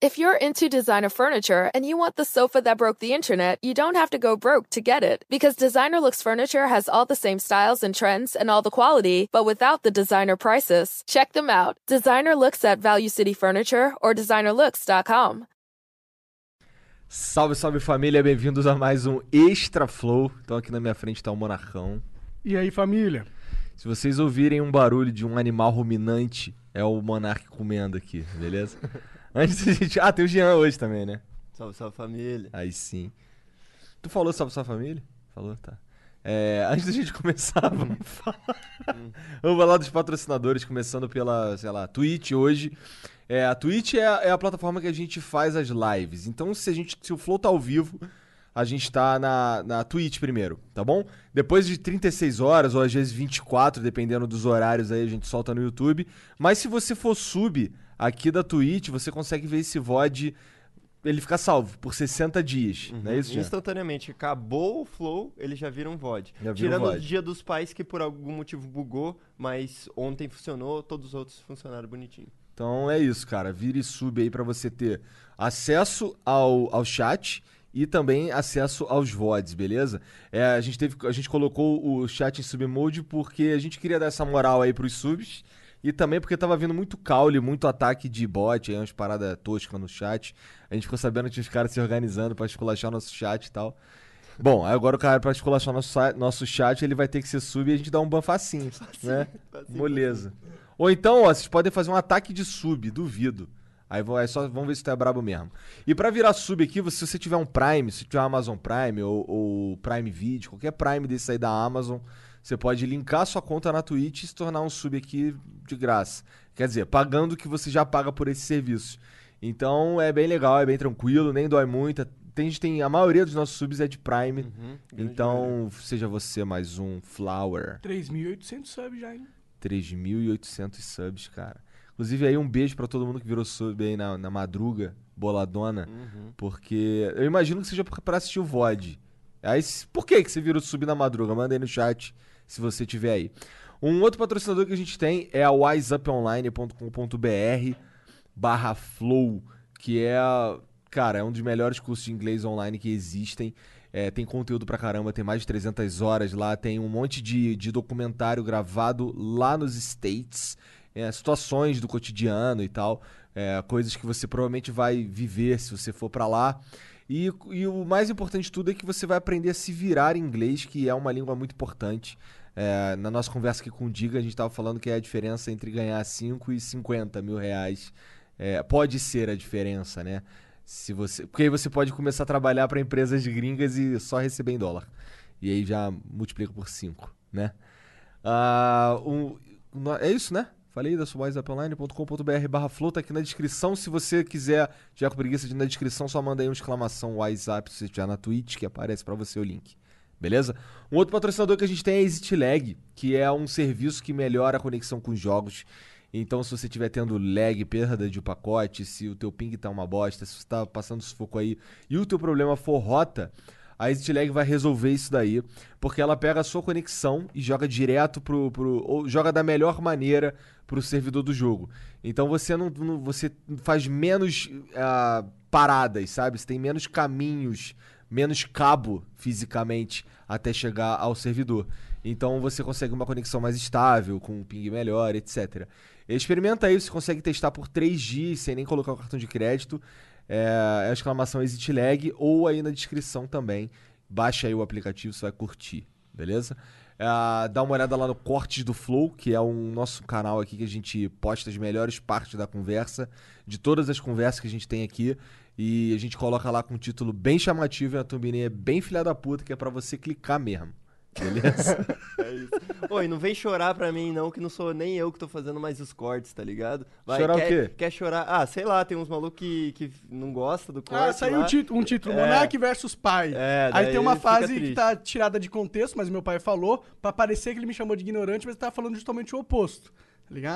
If you're into designer furniture and you want the sofa that broke the internet, you don't have to go broke to get it. Because Designer Looks Furniture has all the same styles and trends and all the quality, but without the designer prices. Check them out. Designer Looks at Value City Furniture or designerlooks.com. Salve, salve família, bem-vindos a mais um Extra Flow. Então aqui na minha frente tá o Monarcão. E aí, família? Se vocês ouvirem um barulho de um animal ruminante, é o Monark comendo aqui, beleza? Antes da gente... Ah, tem o Jean hoje também, né? Salve, salve família. Aí sim. Tu falou salve, salve família? Falou, tá. Antes da gente começar, vamos falar dos patrocinadores, começando pela, sei lá, Twitch hoje. A Twitch é a plataforma que a gente faz as lives. Então, se o Flow tá ao vivo, a gente tá na Twitch primeiro, tá bom? Depois de 36 horas, ou às vezes 24, dependendo dos horários aí, a gente solta no YouTube. Mas se você for sub aqui da Twitch, você consegue ver esse VOD, ele fica salvo por 60 dias, não é isso, Jean? Instantaneamente. Acabou o Flow, ele já vira um VOD. Tirando o Dia dos Pais, que por algum motivo bugou, mas ontem funcionou, todos os outros funcionaram bonitinho. Então é isso, cara. Vire sub aí pra você ter acesso ao chat e também acesso aos VODs, beleza? A gente colocou o chat em sub mode porque a gente queria dar essa moral aí pros subs e também porque tava vindo muito caule, muito ataque de bot, aí umas paradas toscas no chat. A gente ficou sabendo que tinha os caras se organizando pra esculachar nosso chat e tal. Bom, agora o cara pra esculachar nosso chat, ele vai ter que ser sub e a gente dá um ban facinho, né? Moleza. Ou então, ó, vocês podem fazer um ataque de sub, duvido. Aí vamos ver se tu é brabo mesmo. E pra virar sub aqui, se você tiver um Prime, se tiver um Amazon Prime ou Prime Video, qualquer Prime desse aí da Amazon, você pode linkar sua conta na Twitch e se tornar um sub aqui de graça. Quer dizer, pagando o que você já paga por esse serviço. Então é bem legal, é bem tranquilo, nem dói muito. A maioria dos nossos subs é de Prime. Então, seja você mais um Flower. 3.800 subs já, hein? 3.800 subs, cara. Inclusive aí um beijo pra todo mundo que virou sub aí na madruga, boladona. Porque eu imagino que seja pra assistir o VOD. Aí, por que você virou sub na madruga? Manda aí no chat se você tiver aí. Um outro patrocinador que a gente tem é a wiseuponline.com.br/flow, que cara, é um dos melhores cursos de inglês online que existem. Tem conteúdo pra caramba, tem mais de 300 horas lá, tem um monte de documentário gravado lá nos States, situações do cotidiano e tal, coisas que você provavelmente vai viver se você for pra lá. E o mais importante de tudo é que você vai aprender a se virar em inglês, que é uma língua muito importante. Na nossa conversa aqui com o Diga, a gente tava falando que é a diferença entre ganhar 5 e 50 mil reais. Pode ser a diferença, né? Porque aí você pode começar a trabalhar para empresas gringas e só receber em dólar. E aí já multiplica por 5, né? É isso, né? Falei da wiseuponline.com.br/flow, tá aqui na descrição. Se você quiser, já com preguiça de ir na descrição, só manda aí uma exclamação WhatsApp se você estiver na Twitch, que aparece para você o link. Beleza? Um outro patrocinador que a gente tem é a ExitLag, que é um serviço que melhora a conexão com os jogos. Então, se você estiver tendo lag, perda de pacote, se o teu ping tá uma bosta, se você tá passando sufoco aí e o teu problema for rota, a ExitLag vai resolver isso daí, porque ela pega a sua conexão e joga direto ou joga da melhor maneira pro servidor do jogo. Então você você faz menos paradas, sabe? Você tem menos caminhos, menos cabo fisicamente até chegar ao servidor. Então você consegue uma conexão mais estável, com um ping melhor, etc. Experimenta aí, você consegue testar por 3 dias sem nem colocar o cartão de crédito. É a exclamação ExitLag, ou aí na descrição também. Baixa aí o aplicativo, você vai curtir, beleza? Dá uma olhada lá no Cortes do Flow, que é o nosso canal aqui que a gente posta as melhores partes da conversa, de todas as conversas que a gente tem aqui. E a gente coloca lá com um título bem chamativo e uma thumbnail bem filha da puta, que é pra você clicar mesmo. Beleza? É isso. Oi, não vem chorar pra mim não, que não sou nem eu que tô fazendo mais os cortes, tá ligado? Chorar o quê? Quer chorar? Sei lá, tem uns malucos que não gostam do corte. Saiu um título, Monark versus pai. Aí tem uma fase que tá tirada de contexto, mas meu pai falou, pra parecer que ele me chamou de ignorante, mas ele tava falando justamente o oposto, tá ligado?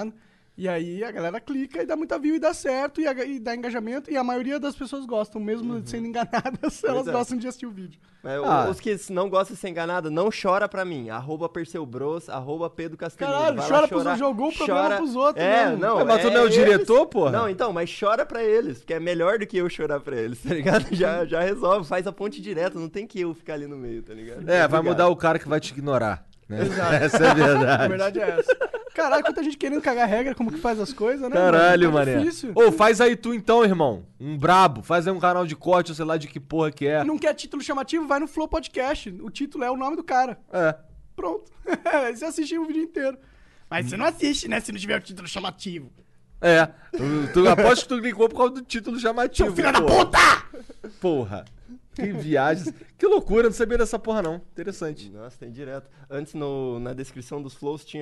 E aí a galera clica e dá muita view e dá certo, e dá engajamento, e a maioria das pessoas gostam, mesmo sendo enganadas, elas gostam de assistir o vídeo. Os que não gostam de ser enganado, não chora pra mim. @PerceuBros, @Pedro Castanheira. Caralho, chora pros outros, jogou o problema pros outros. Mas tu não é o diretor, porra? Não, então, mas chora pra eles, porque é melhor do que eu chorar pra eles, tá ligado? Já resolve, faz a ponte direta, não tem que eu ficar ali no meio, tá ligado? Vai mudar o cara que vai te ignorar. Né? Essa é a verdade. A verdade é essa. Caralho, quanta gente querendo cagar regra, como que faz as coisas, né? Caralho, mané. Faz aí tu então, irmão. Um brabo. Faz aí um canal de corte, ou sei lá de que porra que é. Não quer título chamativo? Vai no Flow Podcast. O título é o nome do cara. Pronto. Você assiste o vídeo inteiro. Mas você não assiste, né? Se não tiver o título chamativo. Tu aposto que tu clicou por causa do título chamativo. Seu filho da puta! Porra. Que viagem. Que loucura, não sabia dessa porra não. Interessante. Nossa, tem direto. Antes na descrição dos flows tinha,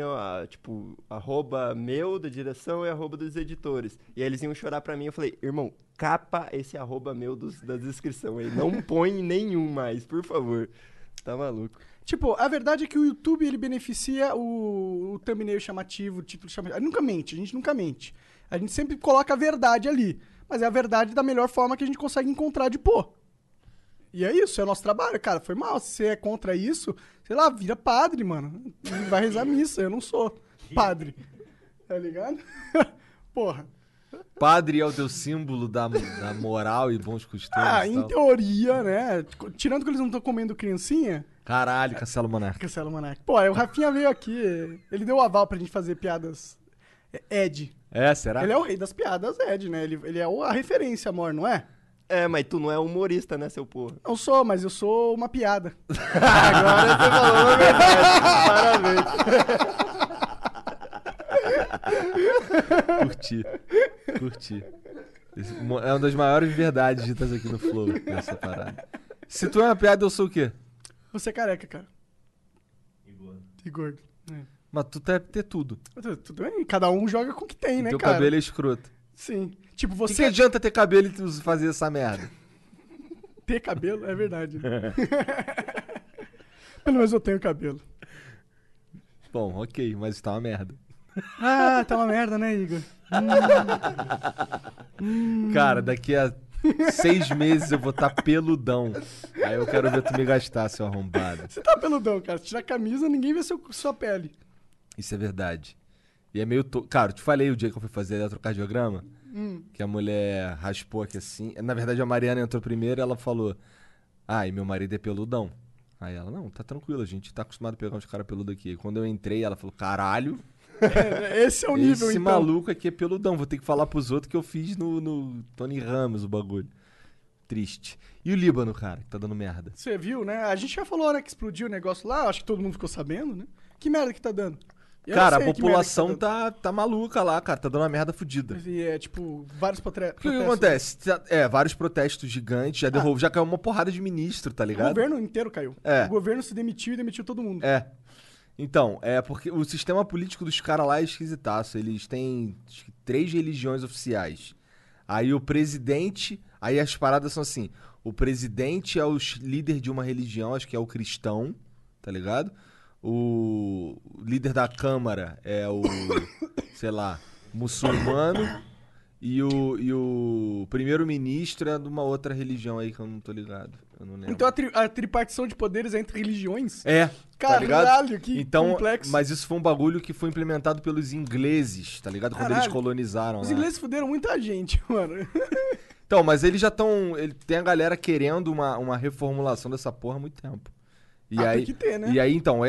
@meu da direção e @dos editores. E aí eles iam chorar pra mim, eu falei, irmão, capa esse @meu da descrição aí. Não põe nenhum mais, por favor. Tá maluco. Tipo, a verdade é que o YouTube, ele beneficia o thumbnail chamativo, o título chamativo. A gente nunca mente. A gente sempre coloca a verdade ali. Mas é a verdade da melhor forma que a gente consegue encontrar de pôr. E é isso, é o nosso trabalho, cara. Foi mal. Se você é contra isso, sei lá, vira padre, mano. Vai rezar missa. Eu não sou padre. Tá ligado? Porra. Padre é o teu símbolo da moral e bons costumes. Em teoria, né? Tirando que eles não estão comendo criancinha. Caralho, Castelo Monarca. Castelo Monarca. Pô, o Rafinha veio aqui. Ele deu o aval pra gente fazer piadas. Ed. Será? Ele é o rei das piadas, Ed, né? Ele é a referência, amor, não é? Mas tu não é humorista, né, seu porra? Não sou, mas eu sou uma piada. Agora você falou a verdade. Parabéns. Curti. É uma das maiores verdades ditas aqui no Flow, nessa parada. Se tu é uma piada, eu sou o quê? Você é careca, cara. E gordo. Mas tu deve ter tudo. Tudo bem, cada um joga com o que tem, né, teu cara? Teu cabelo é escroto. Sim. Tipo, você... que adianta ter cabelo e fazer essa merda? Ter cabelo? É verdade. Pelo menos eu tenho cabelo. Bom, ok, mas tá uma merda. Tá uma merda, né, Igor? Cara, daqui a 6 meses eu vou estar peludão. Aí eu quero ver tu me gastar, seu arrombado. Você tá peludão, cara. Se tirar a camisa, ninguém vê sua pele. Isso é verdade. E é meio... Cara, eu te falei o dia que eu fui fazer eletrocardiograma, que a mulher raspou aqui assim. Na verdade, a Mariana entrou primeiro e ela falou, e meu marido é peludão. Aí ela, não, tá tranquilo, a gente tá acostumado a pegar uns caras peludos aqui. E quando eu entrei, ela falou, caralho... Esse é o nível, esse então. maluco aqui é peludão. Vou ter que falar pros outros que eu fiz no Tony Ramos o bagulho. Triste. E o Líbano, cara, que tá dando merda. Você viu, né? A gente já falou, né, que explodiu o negócio lá. Acho que todo mundo ficou sabendo, né? Que merda que tá dando? Cara, a população tá maluca lá, cara. Tá dando uma merda fodida. E tipo, vários protestos. O que acontece? Vários protestos gigantes. Já caiu uma porrada de ministro, tá ligado? O governo inteiro caiu. O governo se demitiu e demitiu todo mundo. Então, porque o sistema político dos caras lá é esquisitaço. Eles têm 3 religiões oficiais. Aí o presidente... Aí as paradas são assim. O presidente é o líder de uma religião, acho que é o cristão, tá ligado? O líder da Câmara é o, sei lá, muçulmano. E o primeiro-ministro é de uma outra religião aí que eu não tô ligado. Eu não lembro. Então a tripartição de poderes é entre religiões? Caralho, tá que complexo. Mas isso foi um bagulho que foi implementado pelos ingleses, tá ligado? Quando eles colonizaram. Os ingleses fuderam muita gente, mano. Então, mas eles já estão... Tem a galera querendo uma reformulação dessa porra há muito tempo. E aí, tem que ter, né? E aí, então,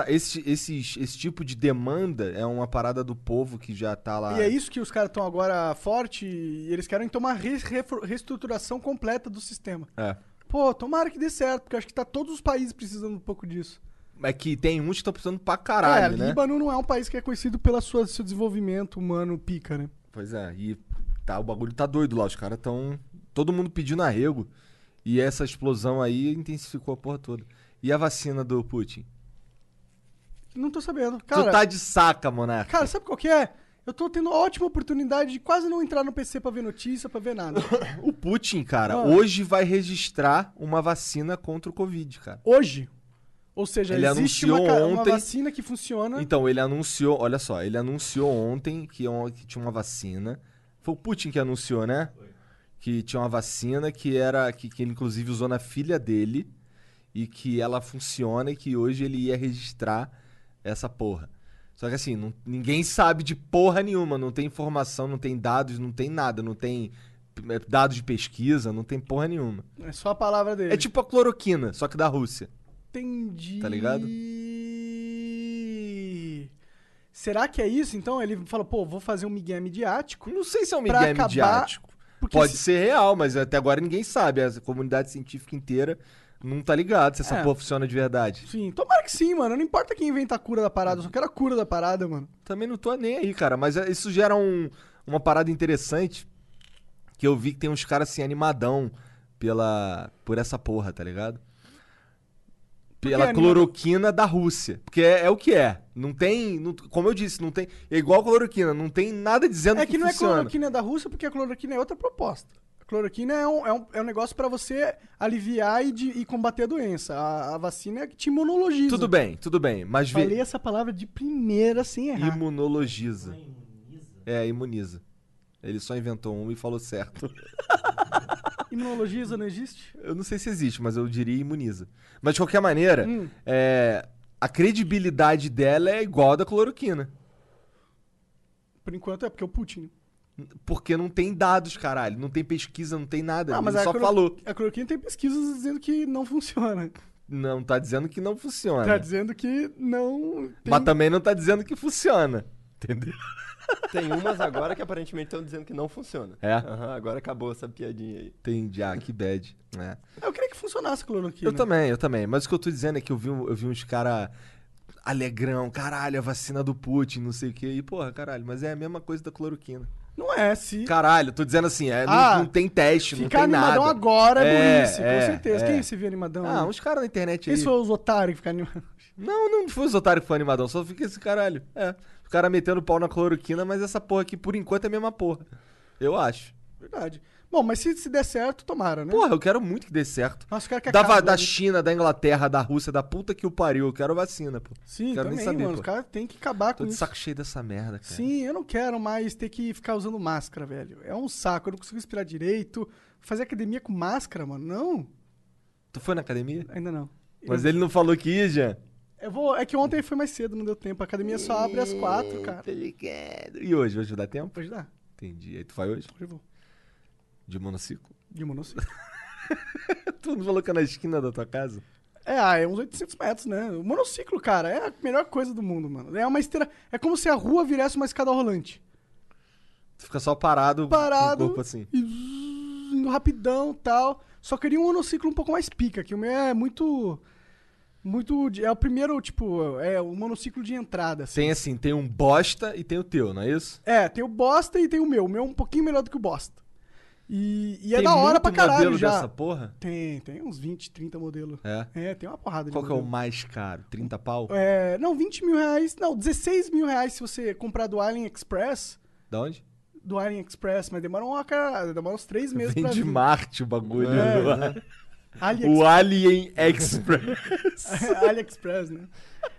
esse tipo de demanda é uma parada do povo que já tá lá... E é isso que os caras estão agora forte e eles querem tomar reestruturação completa do sistema. Pô, tomara que dê certo, porque eu acho que tá todos os países precisando um pouco disso. É que tem uns que estão precisando pra caralho, né? Líbano não é um país que é conhecido pelo seu desenvolvimento humano pica, né? Pois é, e o bagulho tá doido lá, os caras estão... Todo mundo pedindo arrego. E essa explosão aí intensificou a porra toda. E a vacina do Putin? Não tô sabendo. Cara, tu tá de saca, Monarca. Cara, sabe qual que é? Eu tô tendo ótima oportunidade de quase não entrar no PC pra ver notícia, pra ver nada. O Putin, cara, hoje vai registrar uma vacina contra o Covid, cara. Hoje? Ou seja, Ele existe anunciou uma ontem- vacina que funciona. Então, ele anunciou, olha só, ele anunciou ontem que tinha uma vacina. Foi o Putin que anunciou, né? Que tinha uma vacina que ele inclusive usou na filha dele e que ela funciona e que hoje ele ia registrar essa porra. Só que assim, ninguém sabe de porra nenhuma, não tem informação, não tem dados, não tem nada, não tem dados de pesquisa, não tem porra nenhuma. É só a palavra dele. É tipo a cloroquina, só que da Rússia. Entendi. Tá ligado? Será que é isso? Então ele falou, pô, vou fazer um migué midiático. Não sei se é um Pra migué acabar- midiático. Porque Pode se- ser real, mas até agora ninguém sabe. A comunidade científica inteira não tá ligado se essa É. porra funciona de verdade. Sim, tomara que sim, mano. Não importa quem inventa a cura da parada, eu só quero a cura da parada, mano. Também não tô nem aí, cara. Mas isso gera uma parada interessante que eu vi que tem uns caras assim animadão por essa porra, tá ligado? que Pela anima- cloroquina da Rússia. Porque é o que é. Não tem. Como eu disse, não tem. É igual a cloroquina, não tem nada dizendo É que não funciona. é cloroquina da Rússia, porque a cloroquina é outra proposta. A cloroquina é um negócio pra você aliviar e combater a doença. A vacina é que te imunologiza. Tudo bem. Mas Falei essa palavra de primeira sem errar. Imunologiza. Imuniza. Ele só inventou um e falou certo. Imunologiza não existe? Eu não sei se existe, mas eu diria imuniza. Mas de qualquer maneira, a credibilidade dela é igual a da cloroquina. Por enquanto é porque é o Putin. Porque não tem dados, caralho. Não tem pesquisa, não tem nada. Ah, mas Ele só falou. A cloroquina tem pesquisas dizendo que não funciona. Não tá dizendo que não funciona. Tá dizendo que não tem... Mas também não tá dizendo que funciona. Entendeu? Tem umas agora que aparentemente estão dizendo que não funciona. É? Aham, agora acabou essa piadinha aí. Entendi. Ah, que bad. É. Eu queria que funcionasse a cloroquina. Eu também. Mas o que eu tô dizendo é que eu vi uns cara alegrão, caralho, a vacina do Putin, não sei o quê. E, porra, caralho, mas é a mesma coisa da cloroquina. Não é, se... Caralho, tô dizendo assim, Ah, não tem teste, não Ficar tem nada. animadão agora é burrice, É, com certeza. é. Quem se viu animadão? Ah, aí? uns caras na internet aí. Quem são os otários que ficam animados? Não foi os otários que foi animadão, só fica esse caralho. O cara metendo pau na cloroquina, mas essa porra aqui, por enquanto, é a mesma porra. Eu acho. Verdade. Bom, mas se der certo, tomara, né? Porra, eu quero muito que dê certo. Nossa, eu quero que Da acabe logo. China, da Inglaterra, da Rússia, da puta que o pariu. Eu quero vacina, pô. Sim, quero nem também, saber, mano. pô. Os caras têm que acabar Tô com de isso. saco cheio dessa merda, cara. Sim, eu não quero mais ter que ficar usando máscara, velho. É um saco, eu não consigo respirar direito. Fazer academia com máscara, mano, não. Tu foi na academia? Ainda não. Mas ele não falou que ia, Jean? É que ontem foi mais cedo, não deu tempo. A academia só abre às 4, cara. Tá ligado. E hoje? Hoje dá tempo? Hoje dá. Entendi. Aí tu vai hoje? Hoje eu vou. De monociclo? De monociclo. Tu não falou que é na esquina da tua casa? É uns 800 metros, né? O monociclo, cara, é a melhor coisa do mundo, mano. É uma esteira... É como se a rua virasse uma escada rolante. Tu fica só parado, Parado. com o corpo assim. E indo rapidão e tal. Só queria um monociclo um pouco mais pica, que o meu é muito... É o primeiro, tipo, é o monociclo de entrada, assim. Tem um bosta e tem o teu, não é isso? É, tem o bosta e tem o meu. O meu é um pouquinho melhor do que o bosta. E é Tem da hora muito pra caralho modelo já. dessa porra? Tem uns 20, 30 modelos. É. Tem uma porrada de Qual que é o modelo. mais caro? 30 pau? Não, 20 mil reais. Não, 16 mil reais se você comprar do AliExpress. Da onde? Do AliExpress, mas demora uns 3 meses Vem pra de vir. Marte o bagulho. AliExpress. O Alien Express. AliExpress, né?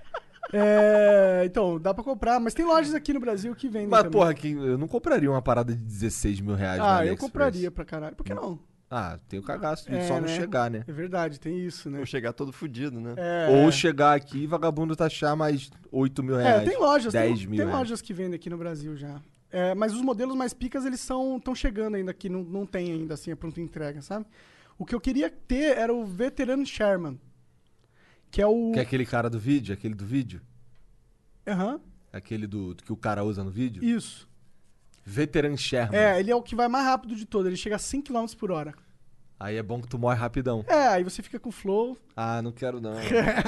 Então, dá pra comprar, mas tem lojas aqui no Brasil que vendem Mas, também. porra, eu não compraria uma parada de 16 mil reais no eu AliExpress. compraria pra caralho. Por que não? Ah, tem o cagaço de só não né? chegar, né? É verdade, tem isso, né? Vou chegar todo fudido, né? Ou chegar aqui e vagabundo taxar mais 8 mil reais. Tem lojas, 10 tem mil reais. lojas que vendem aqui no Brasil já. Mas os modelos mais picas, eles estão chegando ainda aqui, não tem ainda assim a pronta entrega, sabe? O que eu queria ter era o Veteran Sherman, que é o... Que é aquele cara do vídeo? Aquele do vídeo? Aham, Aquele que o cara usa no vídeo? isso. Veteran Sherman. Ele é o que vai mais rápido de todo, ele chega a 100 km por hora. Aí é bom que tu morre rapidão. Aí você fica com flow. Ah, não quero não.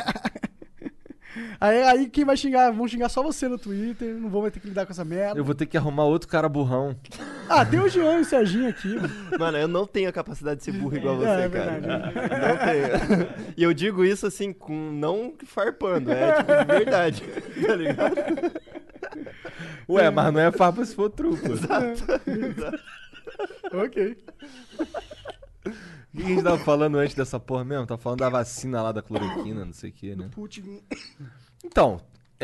Aí quem vai xingar, vão xingar só você no Twitter, não vou mais ter que lidar com essa merda. Eu vou ter que arrumar outro cara burrão. Tem o Jean e o Serginho aqui, mano. Mano, eu não tenho a capacidade de ser burro igual você, É cara. verdade. Não tenho. E eu digo isso assim, não farpando, tipo de verdade. Tá ligado? Ué, mas não é farpa se for truco. Ok. O que a gente tava falando antes dessa porra mesmo? Tava falando da vacina lá da cloroquina, não sei o que, né? Putin. Então,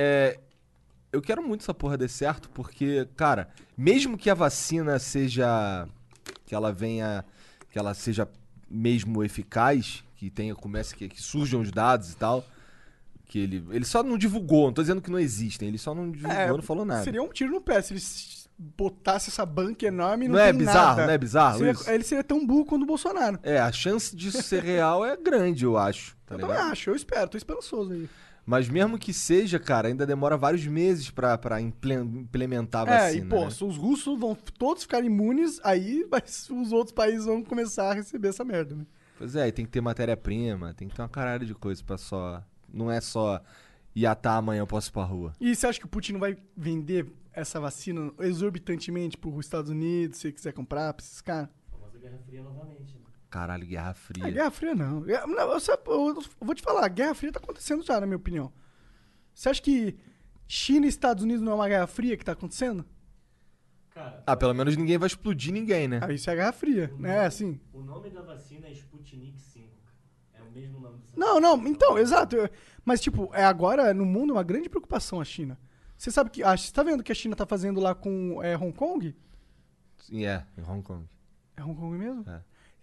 eu quero muito essa porra dê certo, porque, cara, mesmo que a vacina seja. Que ela venha. Que ela seja mesmo eficaz, que surjam os dados e tal. Que ele só não divulgou, não tô dizendo que não existem, ele só não divulgou, não falou nada. Seria um tiro no pé se eles botassem essa banca enorme e não é tem bizarro, nada. não é bizarro isso? Ele seria tão burro quanto o Bolsonaro. A chance disso ser real é grande, eu acho. Tá Eu ligado? também acho, eu espero, tô esperançoso aí. Mas mesmo que seja, cara, ainda demora vários meses pra implementar a vacina. Né? Se os russos vão todos ficar imunes, aí os outros países vão começar a receber essa merda, né? Pois é, e tem que ter matéria-prima, tem que ter uma caralho de coisa pra só... Não é só amanhã eu posso ir pra rua. E você acha que o Putin não vai vender essa vacina exorbitantemente pros Estados Unidos, se quiser comprar pra esses caras? A famosa Guerra Fria novamente, né? Caralho, Guerra Fria. Guerra Fria não. Eu vou te falar, a Guerra Fria tá acontecendo já, na minha opinião. Você acha que China e Estados Unidos não é uma Guerra Fria que tá acontecendo? Cara, Pelo menos ninguém vai explodir ninguém, né? Isso é a Guerra Fria, né? Assim. o nome da vacina é Sputnik 5, cara. É o mesmo nome dessa Não, então, exato. Mas, tipo, agora no mundo é uma grande preocupação a China. Você sabe que. Você tá vendo o que a China tá fazendo lá com Hong Kong? Sim, em Hong Kong. É Hong Kong mesmo? É.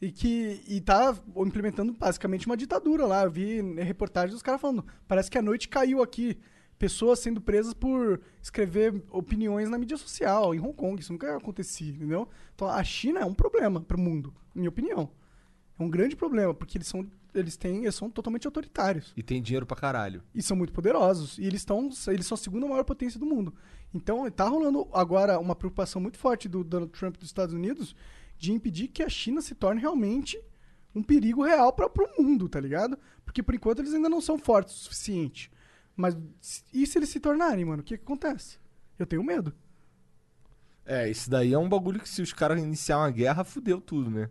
E tá implementando basicamente uma ditadura lá. Eu vi reportagens dos caras falando. Parece que a noite caiu aqui. Pessoas sendo presas por escrever opiniões na mídia social em Hong Kong. Isso nunca acontecia, entendeu? Então a China é um problema pro mundo, na minha opinião. É um grande problema, porque eles são totalmente autoritários. E tem dinheiro pra caralho. E são muito poderosos. E eles são a segunda maior potência do mundo. Então tá rolando agora uma preocupação muito forte do Donald Trump dos Estados Unidos de impedir que a China se torne realmente um perigo real para o mundo, tá ligado? Porque por enquanto eles ainda não são fortes o suficiente. Mas e se eles se tornarem, mano? O que acontece? Eu tenho medo. Isso daí é um bagulho que se os caras iniciar uma guerra, fudeu tudo, né?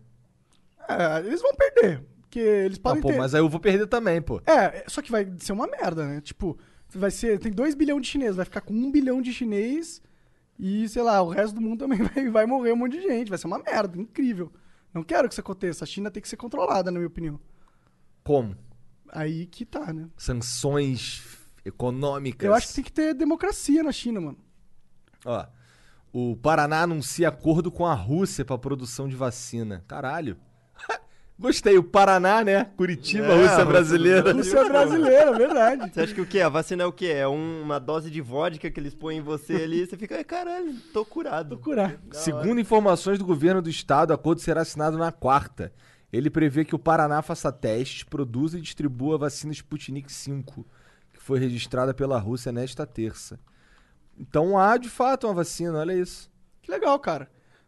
Eles vão perder. Porque eles podem ter... mas aí eu vou perder também, pô. Só que vai ser uma merda, né? Tipo, tem 2 bilhões de chineses, vai ficar com 1 bilhão de chinês e, sei lá, o resto do mundo também vai morrer um monte de gente. Vai ser uma merda, incrível. Não quero que isso aconteça. A China tem que ser controlada, na minha opinião. Como? Aí que tá, né? Sanções econômicas. Eu acho que tem que ter democracia na China, mano. Ó, o Paraná anuncia acordo com a Rússia pra produção de vacina. Caralho. Gostei, o Paraná, né? Curitiba, Rússia brasileira. Rússia brasileira, verdade. Você acha que o quê? A vacina é o quê? É uma dose de vodka que eles põem em você ali e você fica, caralho, tô curado. Tô curado. Segundo informações do governo do estado, o acordo será assinado na quarta. Ele prevê que o Paraná faça testes, produza e distribua a vacina Sputnik 5, que foi registrada pela Rússia nesta terça. Então há, de fato, uma vacina, olha isso. Que legal, cara.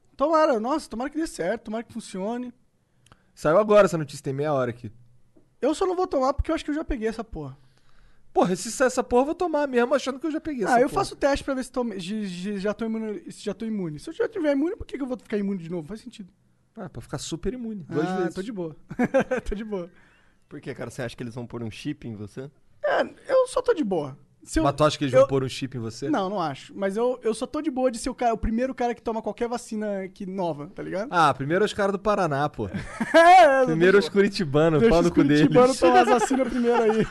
Tomara que dê certo, tomara que funcione. Saiu agora essa notícia, tem meia hora aqui. Eu só não vou tomar porque eu acho que eu já peguei essa porra. Porra, se sair essa porra, eu vou tomar mesmo, achando que eu já peguei essa porra. Eu faço teste pra ver se já tô imune. Se eu já tiver imune, por que eu vou ficar imune de novo? Faz sentido. Pra ficar super imune, 2 vezes. Tô de boa. Tô de boa. Por que, cara? Você acha que eles vão pôr um chip em você? Eu só tô de boa. Mas tu acha que eles vão pôr um chip em você? Não acho. Mas eu só tô de boa de ser o primeiro cara que toma qualquer vacina nova, tá ligado? Primeiro os caras do Paraná, pô. É, Primeiro os curitibanos, deixa pau os no cu deles. curitibanos tomar as vacinas primeiro aí.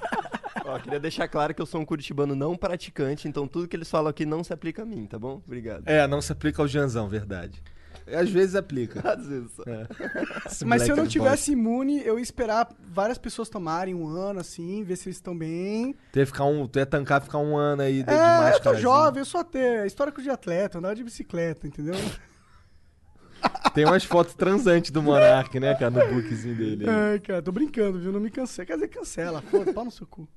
Ó, queria deixar claro que eu sou um curitibano não praticante, então tudo que eles falam aqui não se aplica a mim, tá bom? Obrigado. Não se aplica ao Janzão, verdade. Às vezes aplica. Às vezes só. Mas se eu não tivesse imune, eu ia esperar várias pessoas tomarem 1 ano, assim, ver se eles estão bem. Tu ia tancar ficar 1 ano aí de eu máscara. tô jovem, eu só ter histórico de atleta, andar de bicicleta, entendeu? Tem umas fotos transantes do Monark, né, cara, no bookzinho dele. Ai, cara, tô brincando, viu? Não me cansei. Quer dizer, cancela. Foda, pau no seu cu.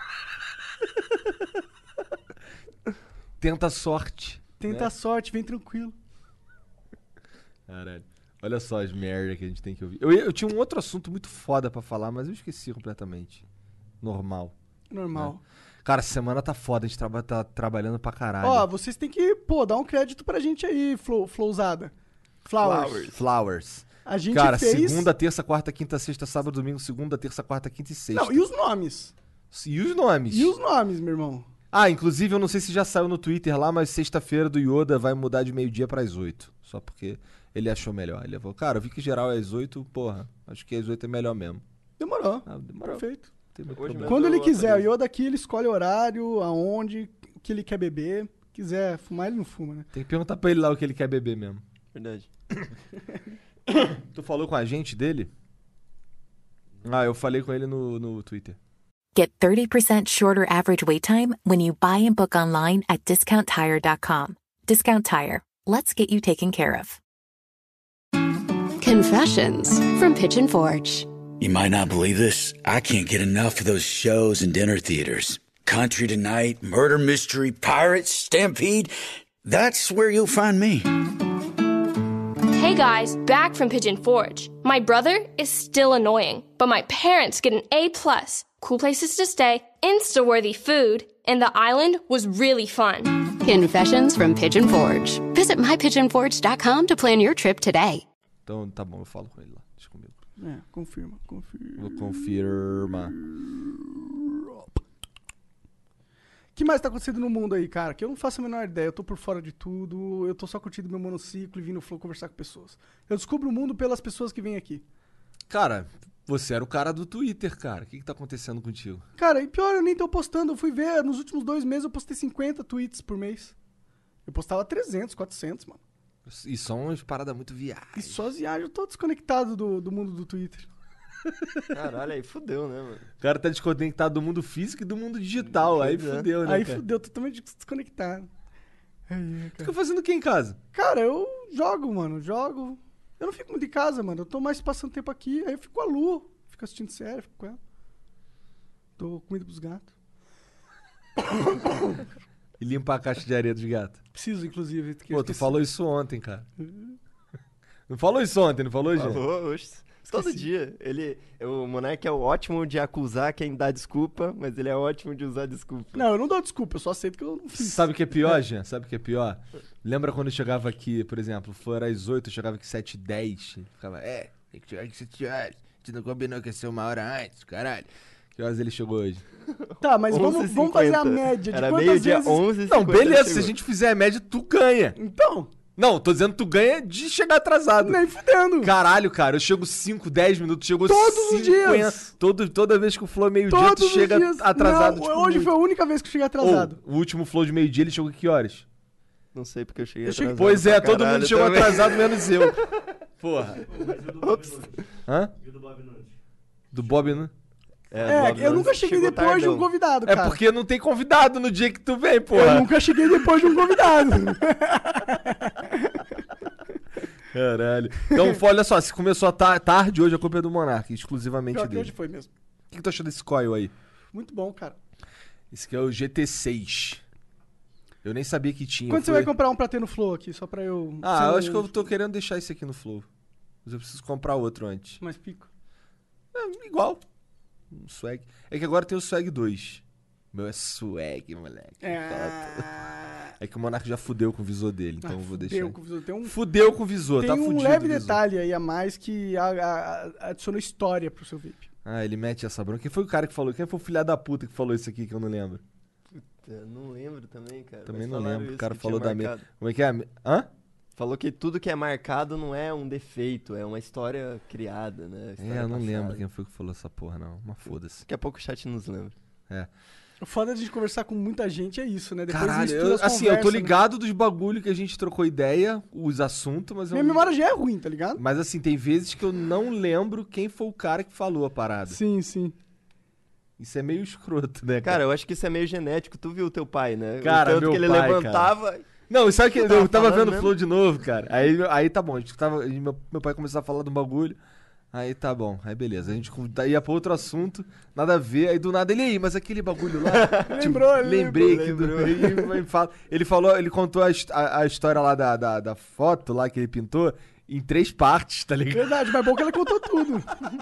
Tenta sorte. Tenta a sorte, vem tranquilo. Caralho. Olha só as merda que a gente tem que ouvir. Eu tinha um outro assunto muito foda pra falar, mas eu esqueci completamente. Normal. Normal. Cara, essa semana tá foda, a gente tá trabalhando pra caralho. Vocês têm que, dar um crédito pra gente aí, Flowzada. Flowers. A gente Cara, fez... segunda, terça, quarta, quinta, sexta, sábado, domingo, segunda, terça, quarta, quinta e sexta. Não, e os nomes? E os nomes? E os nomes, meu irmão? Inclusive, eu não sei se já saiu no Twitter lá, mas sexta-feira do Yoda vai mudar de 12:00 pras 8. Só porque Ele achou melhor. Ele falou, cara, eu vi que geral é às 8, porra, acho que às 8 é melhor mesmo. Demorou. Demorou. Perfeito. Não tem muito Hoje problema. mesmo. Quando ele eu quiser, o atualizo. Yoda aqui, ele escolhe o horário, aonde, o que ele quer beber. Quiser fumar, ele não fuma, né? Tem que perguntar pra ele lá o que ele quer beber mesmo. Verdade. Tu falou com a agente dele? Ah, eu falei com ele no Twitter. Get 30% shorter average wait time when you buy and book online at discounttire.com. Discount Tire. Let's get you taken care of. Confessions from Pigeon Forge. You might not believe this. I can't get enough of those shows in dinner theaters. Country Tonight, Murder Mystery, Pirates, Stampede. That's where you'll find me. Hey guys, back from Pigeon Forge. My brother is still annoying, but my parents get an A+. Cool places to stay, Insta-worthy food, and the island was really fun. Confessions from Pigeon Forge. Visit mypigeonforge.com to plan your trip today. Então tá bom, eu falo com ele lá. Deixa comigo. Confirma. Vou confirmar. O que mais tá acontecendo no mundo aí, cara? Que eu não faço a menor ideia. Eu tô por fora de tudo. Eu tô só curtindo meu monociclo e vindo no Flow conversar com pessoas. Eu descubro o mundo pelas pessoas que vêm aqui. Cara, você era o cara do Twitter, cara. O que tá acontecendo contigo? Cara, e pior, eu nem tô postando. Eu fui ver, nos últimos 2 meses eu postei 50 tweets por mês. Eu postava 300, 400, mano. E são umas paradas muito viagens. E só as viagens, eu tô desconectado do mundo do Twitter. Caralho, aí fudeu, né, mano? O cara tá desconectado do mundo físico e do mundo digital. Aí Pois é. fudeu, né, Aí cara? fudeu, totalmente desconectado. Aí, Fica fazendo o que em casa? Cara, eu jogo, mano, jogo. Eu não fico muito em casa, mano. Eu tô mais passando tempo aqui. Aí eu fico com a Lu. Fico assistindo série, fico com ela. Dou comida pros gatos. E limpar a caixa de areia dos gatos. Preciso, inclusive. que eu Pô, tu esqueci. falou isso ontem, cara. Não falou isso ontem, não falou, gente? Falou, oxe. Todo dia. O Monark é o ótimo de acusar quem dá desculpa, mas ele é ótimo de usar desculpa. Não, eu não dou desculpa. Eu só aceito que eu não fiz. Sabe o que é pior, Jean? Sabe o que é pior? Lembra quando eu chegava aqui, por exemplo, fora às 8, eu chegava aqui 7h10. Ficava, tem que chegar aqui 7 horas. A gente não combinou que ia ser 1 hora antes, caralho. Que horas ele chegou hoje? Tá, mas vamos fazer a 11h50. média de Era quantas meio-dia vezes... 11h50. Não, beleza, se chegou. a gente fizer a média, tu ganha. Então, Não, tô dizendo tu ganha de chegar atrasado. nem fudendo. Caralho, cara, eu chego 5, 10 minutos, chegou Todos os 50. dias. Toda vez que o Flow é meio-dia, tu Todos os chega dias. atrasado. Não, tipo, hoje muito. foi a única vez que eu cheguei atrasado. Ô, o último Flow de meio-dia, ele chegou que horas? Não sei porque eu cheguei Eu cheguei- atrasado. Pois é, pra todo mundo caralho chegou também. atrasado, menos eu. Porra. Mas e o do Bob Nunes? Hã? E o do Bob Nunes? Do Bob, né? Eu nunca cheguei chegou depois de um tardão. convidado, É cara. porque não tem convidado no dia que tu vem, Eu porra. nunca cheguei depois de um convidado. Caralho. Então, olha só, se começou tarde hoje, a culpa é do Monark, exclusivamente Pior que dele. hoje foi mesmo. O que tu achou desse coil aí? Muito bom, cara. Esse aqui é o GT6. Eu nem sabia que tinha. Quando você vai comprar um pra ter no Flow aqui, só pra eu... Ah, ser eu um- acho que eu tô querendo deixar esse aqui no Flow. Mas eu preciso comprar outro antes. Mais pico. É, igual. Um swag. É que agora tem o swag 2. Meu é swag, moleque. É que o Monark já fudeu com o visor dele, então eu vou deixar. Fudeu com o visor. Tem um, Fudeu com o visor, tem tá um fudido. leve o visor. detalhe aí a mais que adicionou história pro seu vape. Ah, ele mete essa bronca. Quem foi o cara que falou? Quem foi o filho da puta que falou isso aqui que eu não lembro? Eu não lembro também, cara. Também mas não falaram lembro. O isso, cara que falou tinha da marcado. Como é que é? Hã? Falou que tudo que é marcado não é um defeito, é uma história criada, né? História Eu não passada. lembro quem foi que falou essa porra, não. Mas foda-se. Daqui a pouco o chat nos lembra. É. O foda de conversar com muita gente é isso, né? Depois Caralho, mistura as eu tô conversas, né? ligado dos bagulho que a gente trocou ideia, os assuntos, mas eu Minha memória já é ruim, tá ligado? Mas assim, tem vezes que eu não lembro quem foi o cara que falou a parada. Sim, sim. Isso é meio escroto, né, Cara, eu acho que isso é meio genético. Tu viu o teu pai, né? Cara, o tanto meu que ele pai, levantava. Não, sabe que Tu eu tava tava falando vendo o mesmo? Flow de novo, cara. Aí tá bom, a gente tava, meu pai começou a falar do bagulho. Aí tá bom, aí beleza. A gente ia pra outro assunto, nada a ver. Aí do nada ele aí, mas aquele bagulho lá. Lembrou, ele Lembrei lembrou. que ele falou, ele contou a história lá da foto lá que ele pintou em 3 partes, tá ligado? Verdade, mas bom que ela contou tudo.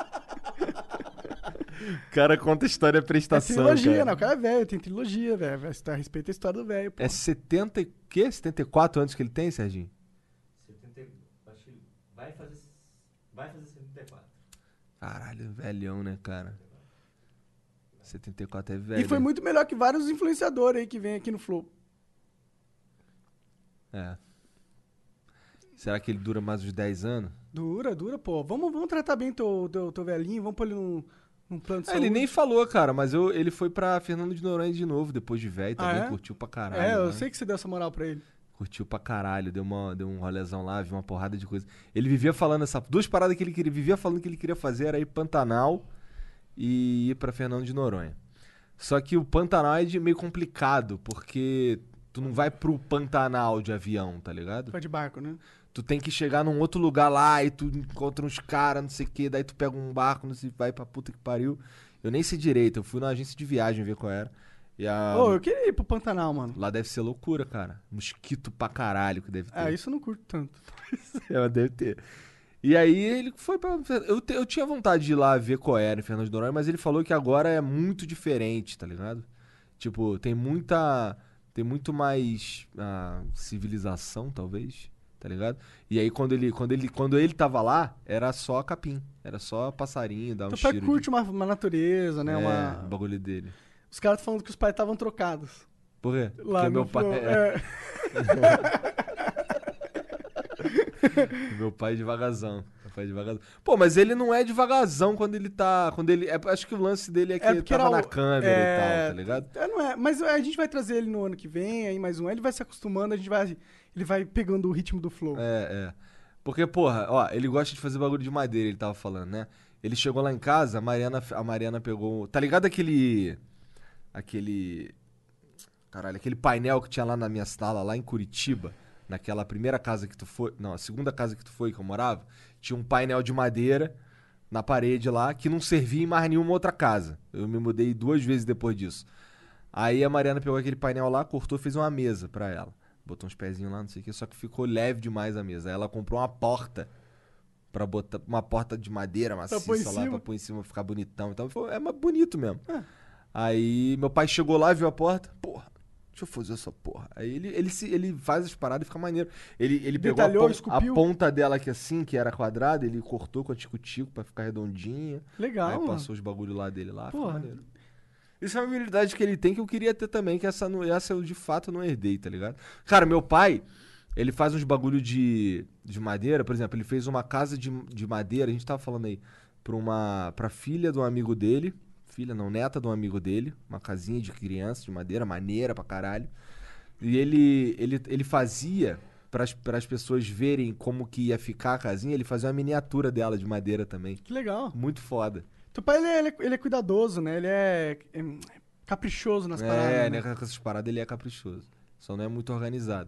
O cara conta a história É prestação. trilogia, cara. né? O cara é velho, tem trilogia, velho. Respeita a história do velho, pô. É 70 e quê? 74 anos que ele tem, Serginho? 70, acho que vai fazer 74. Caralho, velhão, né, cara? 74 é velho. E foi muito melhor que vários influenciadores aí que vem aqui no Flow. É. Será que ele dura mais uns 10 anos? Dura, pô. Vamos tratar bem teu velhinho, vamos pôr ele num plano de saúde. Ele nem falou, cara, mas ele foi pra Fernando de Noronha de novo, depois de velho, também curtiu pra caralho. Eu né? sei que você deu essa moral pra ele. Curtiu pra caralho, deu um rolezão lá, viu uma porrada de coisa. Ele vivia falando duas paradas que ele vivia falando que ele queria fazer era ir Pantanal e ir pra Fernando de Noronha. Só que o Pantanal é meio complicado, porque tu não vai pro Pantanal de avião, tá ligado? Vai de barco, né? Tu tem que chegar num outro lugar lá e tu encontra uns caras, não sei o que, daí tu pega um barco, não sei, vai pra puta que pariu. Eu nem sei direito, eu fui na agência de viagem ver qual era. Eu queria ir pro Pantanal, mano. Lá deve ser loucura, cara. Mosquito pra caralho que deve ter. Isso eu não curto tanto. Deve ter. E aí ele foi pra... Eu tinha vontade de ir lá ver qual era em Fernando de Noronha, mas ele falou que agora é muito diferente, tá ligado? Tipo, tem muito mais civilização, talvez, tá ligado? E aí quando ele tava lá, era só capim. Era só passarinho, dar um Teu pai tiro. curte uma natureza, né? O bagulho dele. Os caras falando que os pais estavam trocados. Por quê? Lá Porque no meu pai... Flow, Meu pai é devagarzão. Pô, mas ele não é devagarzão quando ele tá... acho que o lance dele é que ele tava na câmera e tal, tá ligado? Não é, mas a gente vai trazer ele no ano que vem, aí mais um, ele vai se acostumando, ele vai pegando o ritmo do Flow. Porque, porra, ó, ele gosta de fazer bagulho de madeira, ele tava falando, né? Ele chegou lá em casa, a Mariana pegou... Tá ligado aquele painel que tinha lá na minha sala, lá em Curitiba? Naquela primeira casa que tu foi... Não, a segunda casa que tu foi, que eu morava, tinha um painel de madeira na parede lá, que não servia em mais nenhuma outra casa. Eu me mudei 2 vezes depois disso. Aí a Mariana pegou aquele painel lá, cortou, fez uma mesa pra ela. Botou uns pezinhos lá, não sei o que, só que ficou leve demais a mesa. Aí ela comprou uma porta pra botar... Uma porta de madeira maciça lá, pra pôr em cima, ficar bonitão. Então é mais bonito mesmo. Aí meu pai chegou lá, viu a porta, porra, deixa eu fazer essa porra. Aí ele faz as paradas e fica maneiro. Ele pegou a ponta dela aqui assim, que era quadrada, ele cortou com a tico-tico pra ficar redondinha. Legal, aí mano. Passou os bagulho lá dele lá, ficou maneiro. Isso é uma habilidade que ele tem que eu queria ter também, que essa eu de fato não herdei, tá ligado? Cara, meu pai, ele faz uns bagulho de madeira, por exemplo, ele fez uma casa de madeira, a gente tava falando aí, pra filha de um amigo dele, neta de um amigo dele, uma casinha de criança, de madeira, maneira pra caralho. E ele fazia, pras pessoas verem como que ia ficar a casinha, ele fazia uma miniatura dela de madeira também. Que legal. Muito foda. Teu pai, ele é cuidadoso, né? Ele é caprichoso nas paradas. Né? Com essas paradas ele é caprichoso. Só não é muito organizado.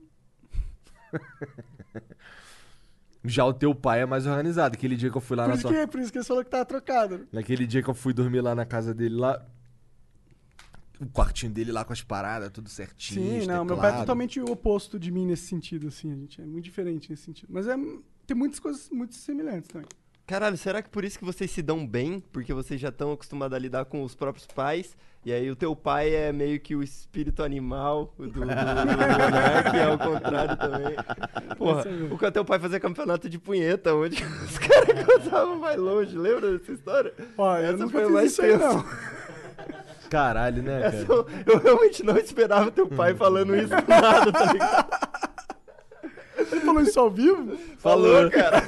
Já o teu pai é mais organizado. Aquele dia que eu fui lá Por isso que ele falou que tava trocado. Naquele dia que eu fui dormir lá na casa dele, lá... O quartinho dele lá com as paradas, tudo certinho. Sim, não, meu pai é totalmente o oposto de mim nesse sentido, assim. A gente é muito diferente nesse sentido. Mas tem muitas coisas muito semelhantes também. Caralho, será que por isso que vocês se dão bem? Porque vocês já estão acostumados a lidar com os próprios pais. E aí o teu pai é meio que o espírito animal do Monark, é o contrário também. Porra, o teu pai fazia campeonato de punheta, onde os caras contavam mais longe. Lembra dessa história? Essa foi mais tensa. Caralho, né, cara? Eu realmente não esperava teu pai falando isso do nada, tá ligado? Ele falou isso ao vivo? Falou, cara.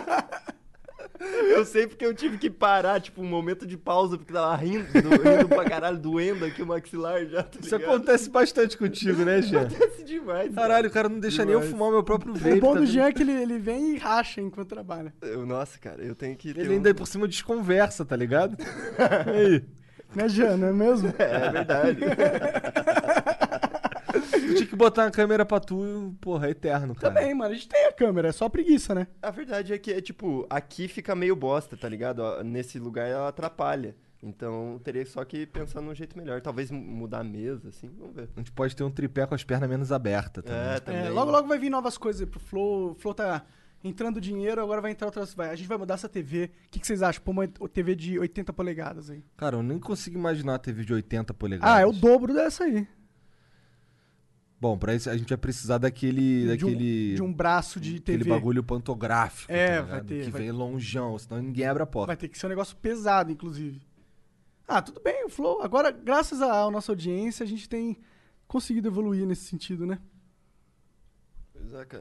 Eu sei porque eu tive que parar, tipo, um momento de pausa, porque tava rindo pra caralho, doendo aqui o maxilar já, tá ligado? Isso acontece bastante contigo, né, Jean? Acontece demais. Caralho, o cara não deixa nem eu fumar o meu próprio vape. O bom do Jean é que ele vem e racha enquanto trabalha. Nossa, cara, eu tenho que... Ele ainda por cima desconversa, tá ligado? E aí? Né, Jean, não é mesmo? É verdade. Eu tinha que botar uma câmera pra tu, porra, é eterno, cara. Também, mano, a gente tem a câmera, é só preguiça, né? A verdade é que, tipo, aqui fica meio bosta, tá ligado? Nesse lugar ela atrapalha. Então, teria só que pensar num jeito melhor. Talvez mudar a mesa, assim, vamos ver. A gente pode ter um tripé com as pernas menos abertas também. Também. Logo vai vir novas coisas aí pro Flow. O Flow tá entrando dinheiro, agora vai entrar outras... A gente vai mudar essa TV. O que vocês acham? Pôr uma TV de 80 polegadas aí. Cara, eu nem consigo imaginar a TV de 80 polegadas. É o dobro dessa aí. Bom, pra isso a gente vai precisar daquele... De um braço de TV. Aquele bagulho pantográfico, tá vai ter. Que vem longeão, senão ninguém abre a porta. Vai ter que ser um negócio pesado, inclusive. Tudo bem, o Flow. Agora, graças à nossa audiência, a gente tem conseguido evoluir nesse sentido, né? Pois é, cara.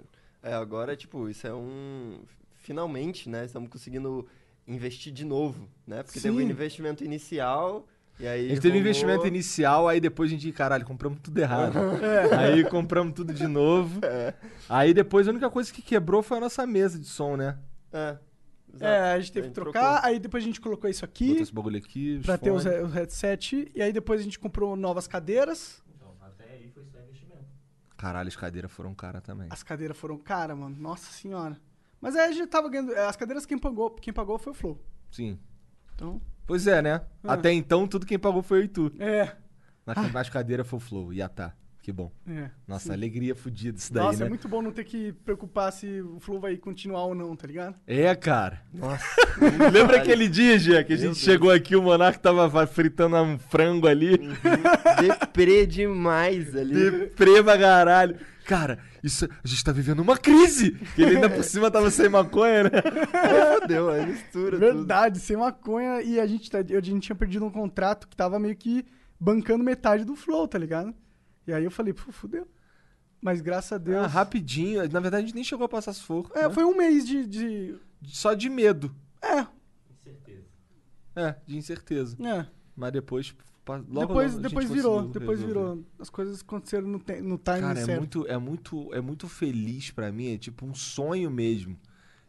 Agora, tipo, isso é finalmente, né? Estamos conseguindo investir de novo, né? Porque teve um investimento inicial e aí A gente teve investimento inicial, aí depois a gente, caralho, compramos tudo errado. Aí compramos tudo de novo. Aí depois a única coisa que quebrou foi a nossa mesa de som, né? A gente teve que trocar, aí depois a gente colocou isso aqui. Botou esse bagulho aqui, pra ter o headset, e aí depois a gente comprou novas cadeiras. Então, até aí foi só investimento. Caralho, as cadeiras foram caras também. As cadeiras foram caras, mano. Nossa senhora. Mas aí a gente tava ganhando. As cadeiras quem pagou foi o Flow. Sim. Então. Pois é, né? Até então, tudo quem pagou foi eu e tu. É. Nas cadeiras foi o Flow. Tá. Que bom. Nossa, sim. Alegria fodida isso daí, Nossa, né? é muito bom não ter que preocupar se o Flow vai continuar ou não, tá ligado? Cara. Nossa. Lembra aquele dia, Gê, que a gente chegou aqui, o Monark tava fritando um frango ali? Deprê demais ali. Deprê pra caralho. Cara, a gente tá vivendo uma crise. E ele ainda por cima tava sem maconha, né? Fodeu, a mistura. Verdade, sem maconha. E a gente tinha perdido um contrato que tava meio que bancando metade do Flow, tá ligado? E aí eu falei, fudeu. Mas graças a Deus... Rapidinho. Na verdade, a gente nem chegou a passar sufoco. Né? Foi um mês só de medo. Incerteza. De incerteza. Mas depois... Depois virou. As coisas aconteceram no time certo. Cara, é muito feliz pra mim. É tipo um sonho mesmo.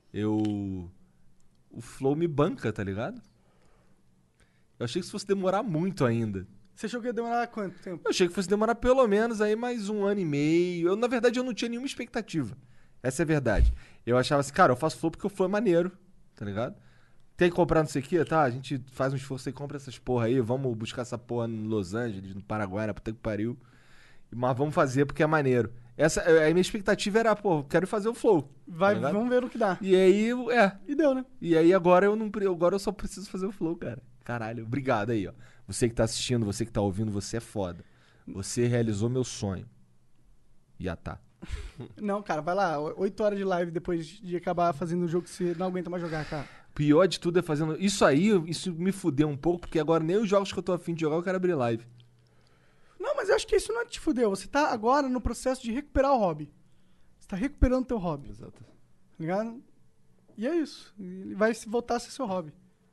O Flow me banca, tá ligado? Eu achei que isso fosse demorar muito ainda. Você achou que ia demorar quanto tempo? Eu achei que fosse demorar pelo menos aí mais 1 ano e meio. Na verdade, eu não tinha nenhuma expectativa. Essa é a verdade. Eu achava assim, cara, eu faço Flow porque o Flow é maneiro, tá ligado? Tem que comprar não sei o que, tá? A gente faz um esforço e compra essas porra aí. Vamos buscar essa porra em Los Angeles, no Paraguai, na puta que pariu. Mas vamos fazer porque é maneiro. A minha expectativa era, quero fazer o Flow. Tá vamos ver o que dá. E aí, E deu, né? E aí agora eu só preciso fazer o Flow, cara. Caralho, obrigado aí, ó. Você que tá assistindo, você que tá ouvindo, você é foda. Você realizou meu sonho. Tá. Não, cara, vai lá. 8 horas de live depois de acabar fazendo um jogo que você não aguenta mais jogar, cara. Pior de tudo é fazendo... Isso me fudeu um pouco, porque agora nem os jogos que eu tô afim de jogar eu quero abrir live. Não, mas eu acho que isso não te fudeu. Você tá agora no processo de recuperar o hobby. Você tá recuperando o teu hobby. Exato. Tá ligado? E é isso. Ele vai voltar a ser seu hobby.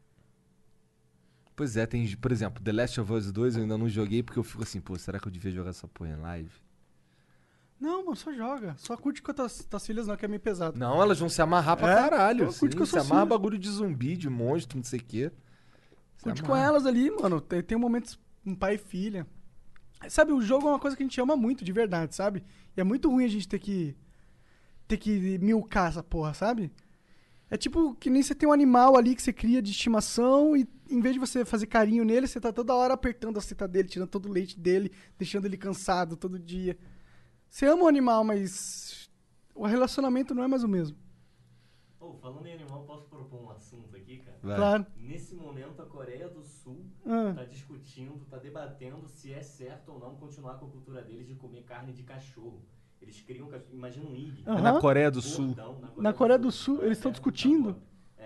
Pois é, tem, por exemplo, The Last of Us 2 eu ainda não joguei porque eu fico assim, será que eu devia jogar essa porra em live? Não, mano, só joga. Só curte com as tuas filhas, não, que é meio pesado. Não, elas vão se amarrar pra caralho. Curte com se amarra bagulho de zumbi, de monstro, não sei o quê. Curte com elas ali, mano. Tem momentos um pai e filha. Sabe, o jogo é uma coisa que a gente ama muito, de verdade, sabe? E é muito ruim a gente ter que milcar essa porra, sabe? É tipo que nem você tem um animal ali que você cria de estimação e em vez de você fazer carinho nele, você tá toda hora apertando a seta dele, tirando todo o leite dele, deixando ele cansado todo dia. Você ama o animal, mas o relacionamento não é mais o mesmo. Falando em animal, posso propor um assunto aqui, cara? Vai. Claro. Nesse momento, a Coreia do Sul tá discutindo, tá debatendo se é certo ou não continuar com a cultura deles de comer carne de cachorro. Eles criam cachorro, imagina um IG. Uhum. Na Coreia do Sul. Na Coreia do Sul, eles estão discutindo.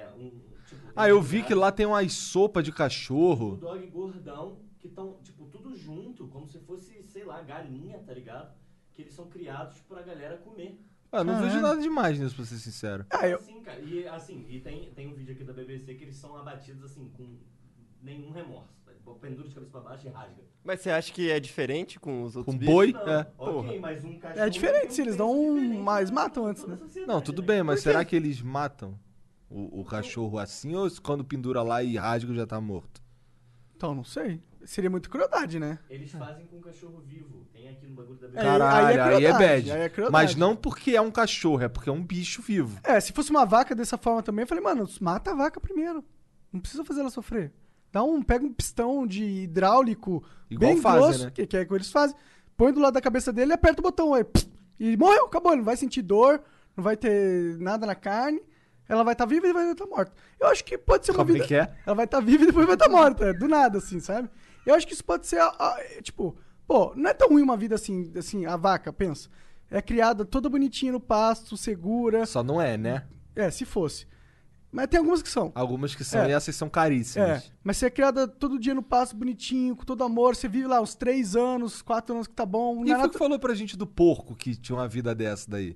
Eu vi que lá tem uma sopa de cachorro. Dog gordão, que estão, tudo junto, como se fosse, sei lá, galinha, tá ligado? Que eles são criados pra galera comer. Não vejo nada demais nisso, pra ser sincero. Sim, cara. E tem um vídeo aqui da BBC que eles são abatidos, assim, com nenhum remorso. Pendura de cabeça pra baixo e rasga. Mas você acha que é diferente com os outros Com bichos? boi? Não, ok, mas um cachorro... É diferente, se eles dão mas matam antes, né? Não, tudo bem, mas será que eles matam o cachorro assim ou quando pendura lá e rasga já tá morto? Então, não sei. Seria muito crueldade, né? Eles fazem com um cachorro vivo. Tem aqui no bagulho da BBC. Caralho, aí é bad. Aí é crueldade. Mas não porque é um cachorro, é porque é um bicho vivo. Se fosse uma vaca dessa forma também, eu falei, mano, mata a vaca primeiro. Não precisa fazer ela sofrer. Pega um pistão de hidráulico Igual bem fazem, grosso, né? que é o que eles fazem. Põe do lado da cabeça dele e aperta o botão aí. E morreu, acabou. Ele não vai sentir dor, não vai ter nada na carne. Ela vai estar viva e vai estar morta. Eu acho que pode ser uma vida... Como é que é? Ela vai estar viva e depois vai estar morta. Do nada, assim, sabe? Eu acho que isso pode ser, não é tão ruim uma vida assim, a vaca, pensa. É criada toda bonitinha no pasto, segura. Só não é, né? Se fosse. Mas tem algumas que são. Algumas que são e essas são caríssimas. Mas você é criada todo dia no pasto, bonitinho, com todo amor. Você vive lá uns 3 anos, 4 anos que tá bom. Quem foi que falou pra gente do porco que tinha uma vida dessa daí?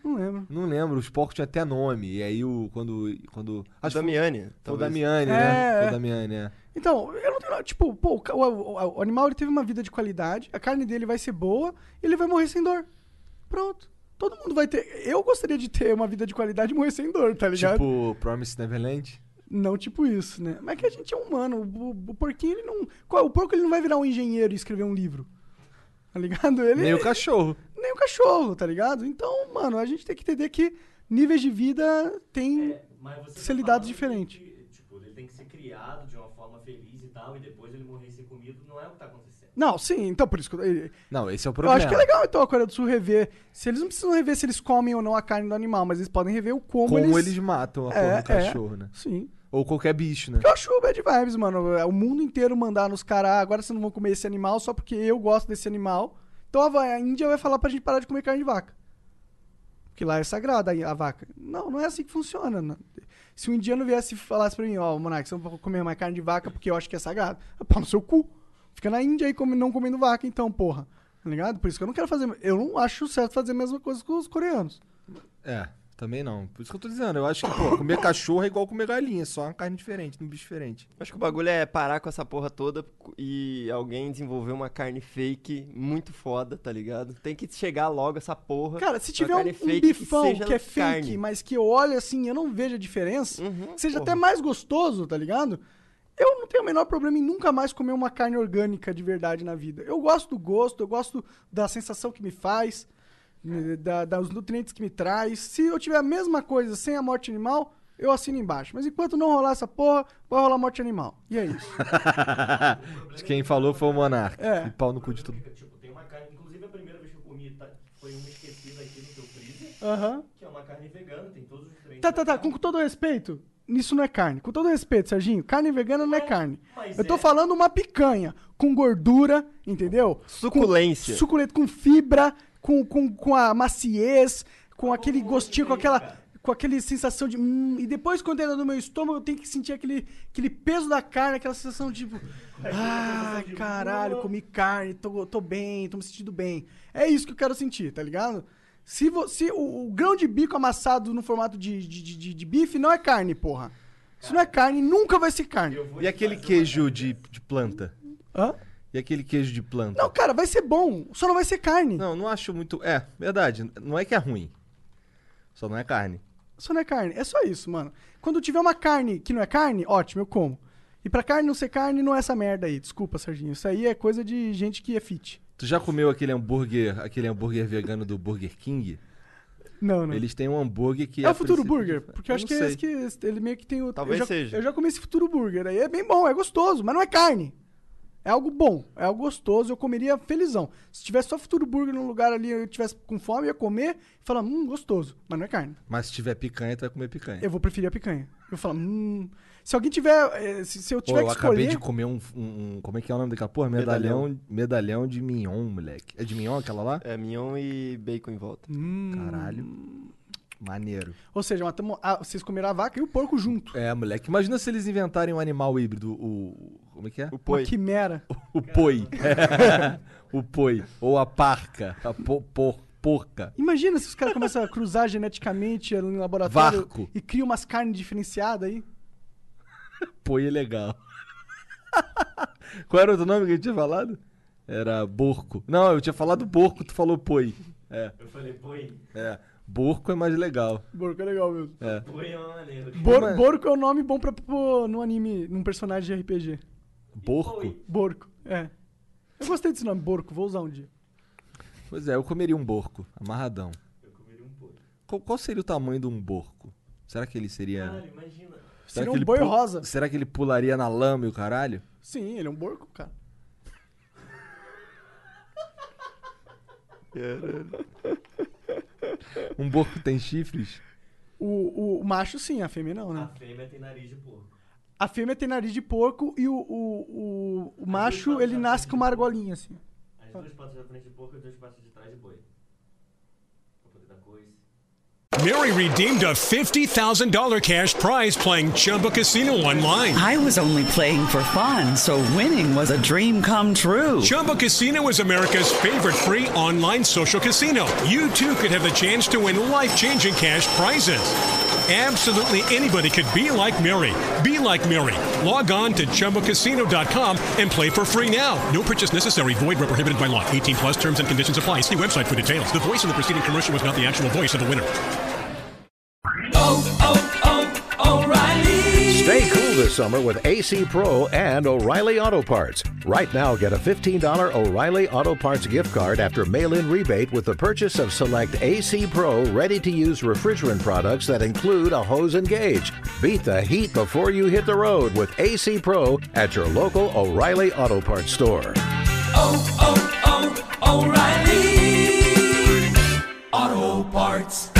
Não lembro. Não lembro, os porcos tinham até nome. E aí quando acho que Damiani. foi o talvez. Damiani, É, né? Foi é. o Damiani, é. Então, eu não tenho. Tipo, pô, o animal ele teve uma vida de qualidade, a carne dele vai ser boa e ele vai morrer sem dor. Pronto. Todo mundo vai ter. Eu gostaria de ter uma vida de qualidade e morrer sem dor, tá ligado? Tipo Promised Neverland. Não tipo isso, né? Mas que a gente é humano. O porquinho, ele não. O porco ele não vai virar um engenheiro e escrever um livro. Tá ligado? Ele, Nem o cachorro. Nem o cachorro, tá ligado? Então, mano, a gente tem que entender que níveis de vida têm Mas você ser tá lidados falando diferentes. que, tipo, ele tem que ser criado de uma forma feliz e tal, e depois ele morrer e ser comido, não é o que tá acontecendo. Não, sim, então por isso que Não, esse é o eu problema. acho que é legal então a Coreia do Sul rever. Se eles não precisam rever se eles comem ou não a carne do animal, mas eles podem rever o como eles matam a porra do cachorro, né? Sim. Ou qualquer bicho, né? Porque eu acho bad vibes, mano. O mundo inteiro mandar nos caras, agora vocês não vão comer esse animal só porque eu gosto desse animal. Então a Índia vai falar pra gente parar de comer carne de vaca. Porque lá é sagrada a vaca. Não, não é assim que funciona. Não. Se um indiano viesse e falasse pra mim, ó, Monark, você não pode comer mais carne de vaca porque eu acho que é sagrado. Pau no seu cu. Fica na Índia aí não comendo vaca, então, porra. Tá ligado? Por isso que eu não quero fazer. Eu não acho certo fazer a mesma coisa com os coreanos. É, também não. Por isso que eu tô dizendo. Eu acho que, pô, comer cachorro é igual comer galinha, só uma carne diferente, um bicho diferente. Acho que o bagulho é parar com essa porra toda e alguém desenvolver uma carne fake muito foda, tá ligado? Tem que chegar logo essa porra. Cara, se uma tiver carne um fake bifão seja que é fake, carne. mas que eu olho assim, eu não vejo a diferença, que seja porra. até mais gostoso, tá ligado? Eu não tenho o menor problema em nunca mais comer uma carne orgânica de verdade na vida. Eu gosto do gosto, eu gosto da sensação que me faz, dos nutrientes que me traz. Se eu tiver a mesma coisa sem a morte animal, eu assino embaixo. Mas enquanto não rolar essa porra, vai rolar morte animal. E é isso. Quem falou foi o Monark. É. E pau no cu de tudo. Tipo, tem uma carne, inclusive a primeira vez que eu comi foi uma esquecida aqui no teu freezer, Aham. que é uma carne vegana, tem todos os nutrientes. Tá. Com todo respeito, isso não é carne. Com todo respeito, Serginho, carne vegana não é carne. mas Eu tô é. falando uma picanha com gordura, entendeu? Suculência. Suculento, com fibra, com a maciez, com aquele gostinho, com aquele sensação de... e depois, quando entra no meu estômago, eu tenho que sentir aquele peso da carne, aquela sensação de tipo... Ai, caralho, comi carne, tô bem, tô me sentindo bem. É isso que eu quero sentir, tá ligado? Se o grão de bico amassado no formato de bife não é carne, porra. Isso não é carne, nunca vai ser carne. E aquele queijo de planta? Hã? E aquele queijo de planta? Não, cara, vai ser bom, só não vai ser carne. Não acho muito... É, verdade. Não é que é ruim. Só não é carne. Só não é carne, é só isso, mano. Quando tiver uma carne que não é carne, ótimo, eu como. E pra carne não ser carne, não é essa merda aí. Desculpa, Serginho. Isso aí é coisa de gente que é fit. Tu já comeu aquele hambúrguer vegano do Burger King? Não. Eles têm um hambúrguer que É o Futuro princípio Burger, de- porque eu acho não que é sei. esse que ele meio que tem o... Talvez eu já, seja. Eu já comi esse Futuro Burger, aí é bem bom, é gostoso, mas não é carne. É algo bom, é algo gostoso, eu comeria felizão. Se tivesse só Futuro Burger num lugar ali, eu tivesse com fome, eu ia comer e falar, gostoso, mas não é carne. Mas se tiver picanha, tu vai comer picanha. Eu vou preferir a picanha. Eu falo, Se alguém tiver... Se eu Pô, tiver eu que acabei escolher... de comer como é que é o nome daquela porra? Medalhão de mignon, moleque. É de mignon aquela lá? É mignon e bacon em volta. Caralho. Maneiro. Ou seja, vocês comeram a vaca e o porco junto. É, moleque. Imagina se eles inventarem um animal híbrido, como é que é? O Uma poi. quimera. O poi. O poi. Ou a parca. A porca. Imagina se os caras começam a cruzar geneticamente no laboratório Varco. e criam umas carnes diferenciadas aí. Poi é legal. Qual era o outro nome que eu tinha falado? Era borco. Não, eu tinha falado borco, tu falou poi. É. Eu falei, poi. É. Borco é mais legal. Borco é legal mesmo. É. Poi é uma maneira. Borco é o nome bom pra pôr no anime, num personagem de RPG. Borco? Borco, é. Eu gostei desse nome, Borco, vou usar um dia. Pois é, eu comeria um borco, amarradão. Eu comeria um porco. Qual seria o tamanho de um borco? Será que ele seria... Caralho, imagina. Será Seria que um ele boi rosa. Será que ele pularia na lama e o caralho? Sim, ele é um borco, cara. Um borco tem chifres? O macho sim, a fêmea não, A né? fêmea tem nariz de porco. A fêmea tem nariz de porco e o macho, patas ele na nasce frente com do uma porco. argolinha, assim. As duas patas da frente de porco e as duas patas de trás de boi. Pra poder dar coice. Mary redeemed a $50,000 cash prize playing Chumba Casino online. I was only playing for fun, so winning was a dream come true. Chumba Casino is America's favorite free online social casino. You too could have the chance to win life-changing cash prizes. Absolutely anybody could be like Mary. Be like Mary. Log on to ChumbaCasino.com and play for free now. No purchase necessary. Void where prohibited by law. 18 plus terms and conditions apply. See website for details. The voice in the preceding commercial was not the actual voice of the winner. O'Reilly. Stay cool this summer with AC Pro and O'Reilly Auto Parts. Right now, get a $15 O'Reilly Auto Parts gift card after mail-in rebate with the purchase of select AC Pro ready-to-use refrigerant products that include a hose and gauge. Beat the heat before you hit the road with AC Pro at your local O'Reilly Auto Parts store. O'Reilly Auto Parts.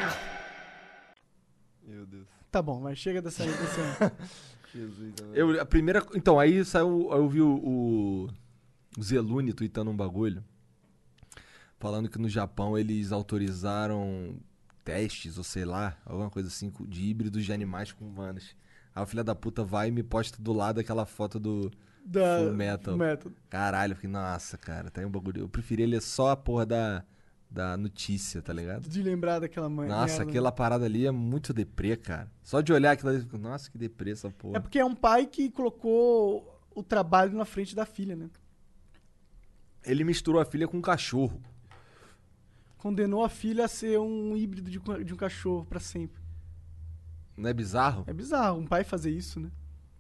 Meu Deus. Tá bom, mas chega dessa Jesus, A primeira. Então, aí saiu. Eu vi o Zelune tweetando um bagulho. Falando que no Japão eles autorizaram testes, ou sei lá, alguma coisa assim, de híbridos de animais com humanos. Aí o filho da puta vai e me posta do lado aquela foto do Full Metal. Caralho, eu fiquei, nossa, cara, tá aí um bagulho. Eu preferia ler só a porra da notícia, tá ligado? De lembrar daquela mãe. Nossa, aquela parada ali é muito deprê, cara. Só de olhar aquilo ali, nossa, que deprê essa porra. É porque é um pai que colocou o trabalho na frente da filha, né? Ele misturou a filha com um cachorro. Condenou a filha a ser um híbrido de um cachorro pra sempre. Não é bizarro? É bizarro um pai fazer isso, né?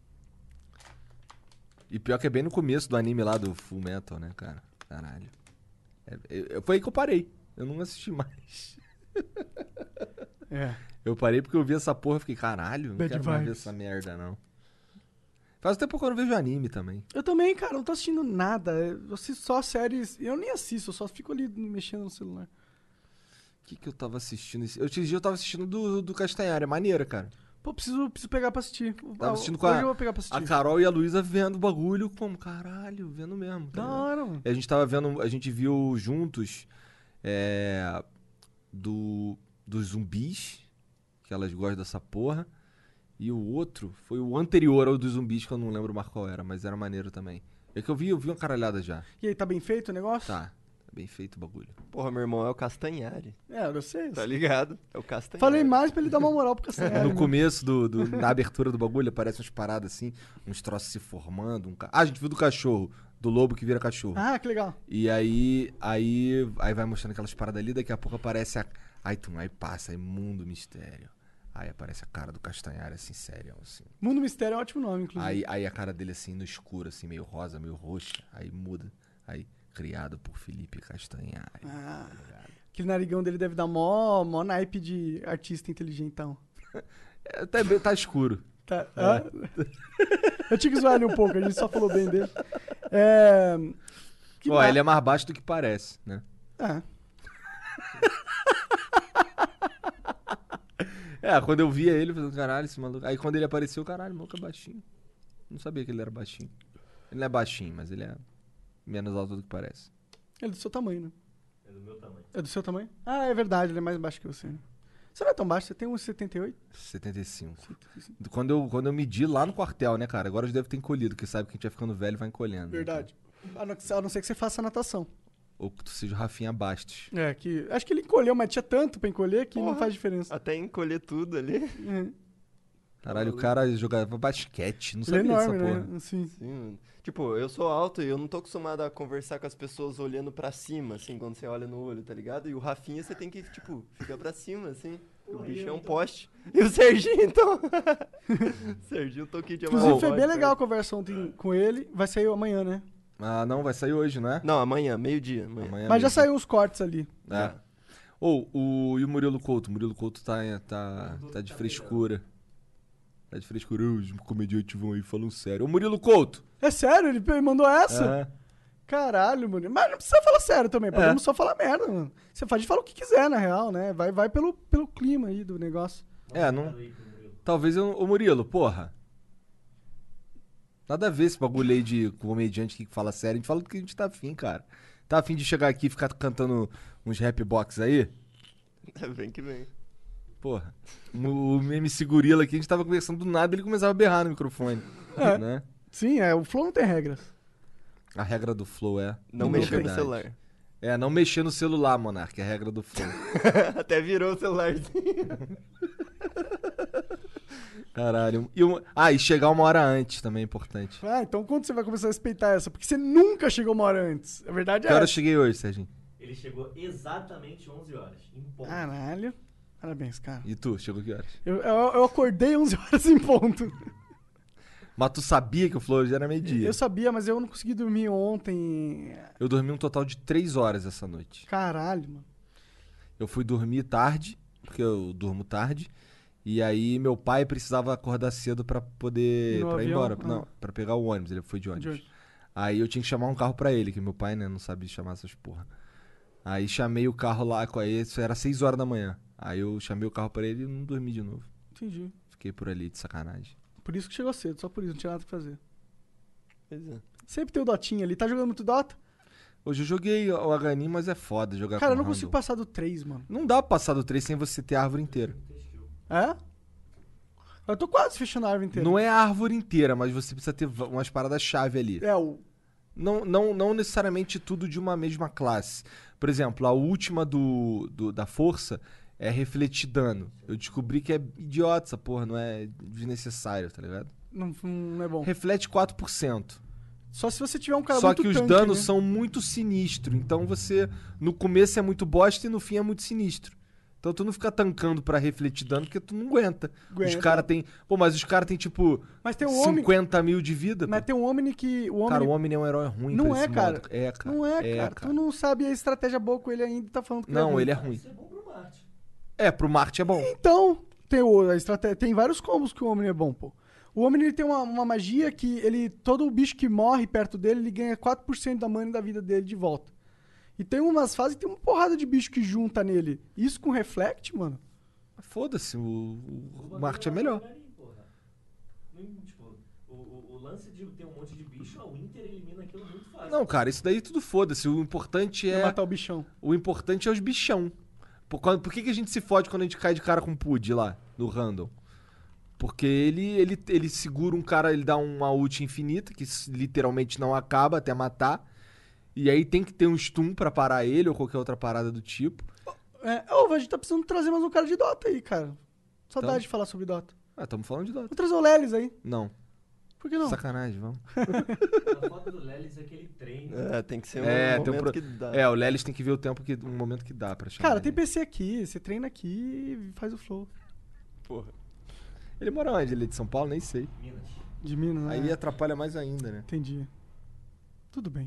E pior que é bem no começo do anime lá do Full Metal, né, cara? Caralho. Foi aí que eu parei. Eu não assisti mais. É. Eu parei porque eu vi essa porra e fiquei, caralho, não Bad quero mais ver vibes. essa merda, não. Faz tempo que eu não vejo anime também. Eu também, cara, não tô assistindo nada. Eu assisto só séries. Eu nem assisto, eu só fico ali mexendo no celular. O que eu tava assistindo? Outro dia eu tava assistindo do Castanhari. É maneiro, cara. Pô, preciso pegar pra assistir. Tava assistindo com Hoje eu vou pegar pra assistir. a Carol e a Luísa vendo o bagulho como, caralho, vendo mesmo. Tá Da ligado? hora, mano. E a gente tava vendo, a gente viu juntos dos zumbis, que elas gostam dessa porra. E o outro foi o anterior ao dos zumbis, que eu não lembro mais qual era, mas era maneiro também. É que eu vi uma caralhada já. E aí, tá bem feito o negócio? Tá bem feito o bagulho. Porra, meu irmão é o Castanhari. É, eu sei. Tá ligado? É o Castanhari. Falei mais pra ele dar uma moral pro Castanhari. No começo, na abertura do bagulho, aparecem umas paradas assim, uns troços se formando. A gente viu do cachorro, do lobo que vira cachorro. Ah, que legal. E aí vai mostrando aquelas paradas ali, daqui a pouco aparece aí passa, aí Mundo Mistério. Aí aparece a cara do Castanhari, assim, sério, assim. Mundo Mistério é um ótimo nome, inclusive. Aí a cara dele, assim, no escuro, assim, meio rosa, meio roxa. Aí muda. Aí, criado por Felipe Castanhari. Ah, aquele narigão dele deve dar mó naipe de artista inteligentão. Tá escuro. Tá. Eu tinha que zoar ele um pouco, a gente só falou bem dele. Ele é mais baixo do que parece, né? Quando eu via ele, eu falei, caralho, esse maluco. Aí quando ele apareceu, caralho, o maluco é baixinho. Não sabia que ele era baixinho. Ele não é baixinho, mas ele é menos alto do que parece. Ele é do seu tamanho, né? É do meu tamanho. É do seu tamanho? Ah, é verdade, ele é mais baixo que você. Né? Você não é tão baixo, você tem uns 78? 75. Quando eu medi lá no quartel, né, cara? Agora já deve ter encolhido, porque sabe que a gente vai ficando velho e vai encolhendo. Verdade. A não ser que você faça natação. Ou que tu seja o Rafinha Bastos. Acho que ele encolheu, mas tinha tanto pra encolher que não faz diferença. Até encolher tudo ali. Caralho, o cara jogava basquete, não ele sabia é enorme, dessa porra. né? Sim. Sim. Tipo, eu sou alto e eu não tô acostumado a conversar com as pessoas olhando pra cima, assim, quando você olha no olho, tá ligado? E o Rafinha você tem que, tipo, ficar pra cima, assim. O bicho é um poste. E o Serginho, então... Serginho, um toquinho de amarelo. Inclusive, foi bem legal a conversa ontem com ele. Vai sair amanhã, né? Ah, não, vai sair hoje, não é? Não, amanhã, meio-dia. Mas já saiu uns cortes ali. É. E o Murilo Couto? O Murilo Couto tá de frescura. Tá de frescura. Os comediantes vão aí falando sério. Ô, Murilo Couto! É sério? Ele mandou essa? É. Caralho, mano. Mas não precisa falar sério também. Podemos só falar merda, mano. Você fala o que quiser, na real, né? Vai pelo clima aí do negócio. Não... Talvez ô Murilo, porra. Nada a ver esse bagulho aí de comediante que fala sério. A gente fala do que a gente tá afim, cara. Tá afim de chegar aqui e ficar cantando uns rap box aí? Vem que vem. Porra. O MC Gorila aqui, a gente tava conversando do nada, ele começava a berrar no microfone. Né? Sim, o Flow não tem regras. A regra do Flow é... Não mexer no celular. Não mexer no celular, Monark, é a regra do Flow. Até virou o celularzinho. Caralho. E chegar uma hora antes também é importante. Então quando você vai começar a respeitar essa? Porque você nunca chegou uma hora antes. A verdade é Que hora eu essa. cheguei hoje, Serginho? Ele chegou exatamente 11 horas, em ponto. Caralho. Parabéns, cara. E tu, chegou que horas? Eu acordei 11 horas em ponto. Mas tu sabia que o Flow já era meio-dia? Eu sabia, mas eu não consegui dormir ontem. Eu dormi um total de 3 horas essa noite. Caralho, mano. Eu fui dormir tarde, porque eu durmo tarde. E aí meu pai precisava acordar cedo pra poder ir embora. Não, pra pegar o ônibus, ele foi de ônibus. Aí eu tinha que chamar um carro pra ele, que meu pai, né, não sabe chamar essas porra. Aí chamei o carro lá, isso era 6 horas da manhã. Aí eu chamei o carro pra ele e não dormi de novo. Entendi. Fiquei por ali de sacanagem. Por isso que chegou cedo, só por isso, não tinha nada pra fazer. Pois é. Sempre tem o Dotinha ali. Tá jogando muito Dota? Hoje eu joguei o HN, mas é foda jogar Cara, com eu não random. consigo passar do 3, mano. Não dá pra passar do 3 sem você ter a árvore inteira. É? Eu tô quase fechando a árvore inteira. Não é a árvore inteira, mas você precisa ter umas paradas-chave ali. Não necessariamente tudo de uma mesma classe. Por exemplo, a última da força é refletir dano. Eu descobri que é idiota essa porra, não é desnecessário, tá ligado? Não é bom. Reflete 4%. Só se você tiver um cara Só muito que os tanque, danos né? são muito sinistros. Então você, no começo é muito bosta e no fim é muito sinistro. Então tu não fica tancando pra refletir dano porque tu não aguenta. Os caras tem... Pô, mas os caras tem tipo Mas tem um 50 mil de vida. Mas tem um Omni que... Cara, o Omni é um herói ruim não pra é, esse cara. modo. É, cara. Não é, cara. Tu não sabe a estratégia boa com ele ainda e tá falando que Não, ele ele é ruim. Pro Marte é bom. Então, a estratégia, tem vários combos que o Omni é bom, pô. O Omni ele tem uma magia que todo bicho que morre perto dele, ele ganha 4% da mana e da vida dele de volta. E tem umas fases que tem uma porrada de bicho que junta nele. Isso com Reflect, mano. Foda-se, o Marte é melhor. O lance de ter um monte de bicho, a Winter elimina aquilo muito fácil. Não, cara, isso daí tudo foda-se. O importante é... matar o bichão. O importante é os bichão. Por que a gente se fode quando a gente cai de cara com Pud lá, no random? Porque ele segura um cara, ele dá uma ult infinita, que literalmente não acaba até matar. E aí tem que ter um stun pra parar ele, ou qualquer outra parada do tipo. A gente tá precisando trazer mais um cara de Dota aí, cara. Saudade Então? de falar sobre Dota. Tamo falando de Dota. Vou trazer o Lelis aí. Não. Por que não? Sacanagem, vamos. A foto do Lelis é que ele treina. Tem que ser um momento que dá. O Lelis tem que ver um momento que dá pra chamar. Cara, tem PC aqui, você treina aqui e faz o flow. Porra. Ele mora onde? Ele é de São Paulo? Nem sei. Minas. De Minas, né? Aí atrapalha mais ainda, né? Entendi. Tudo bem.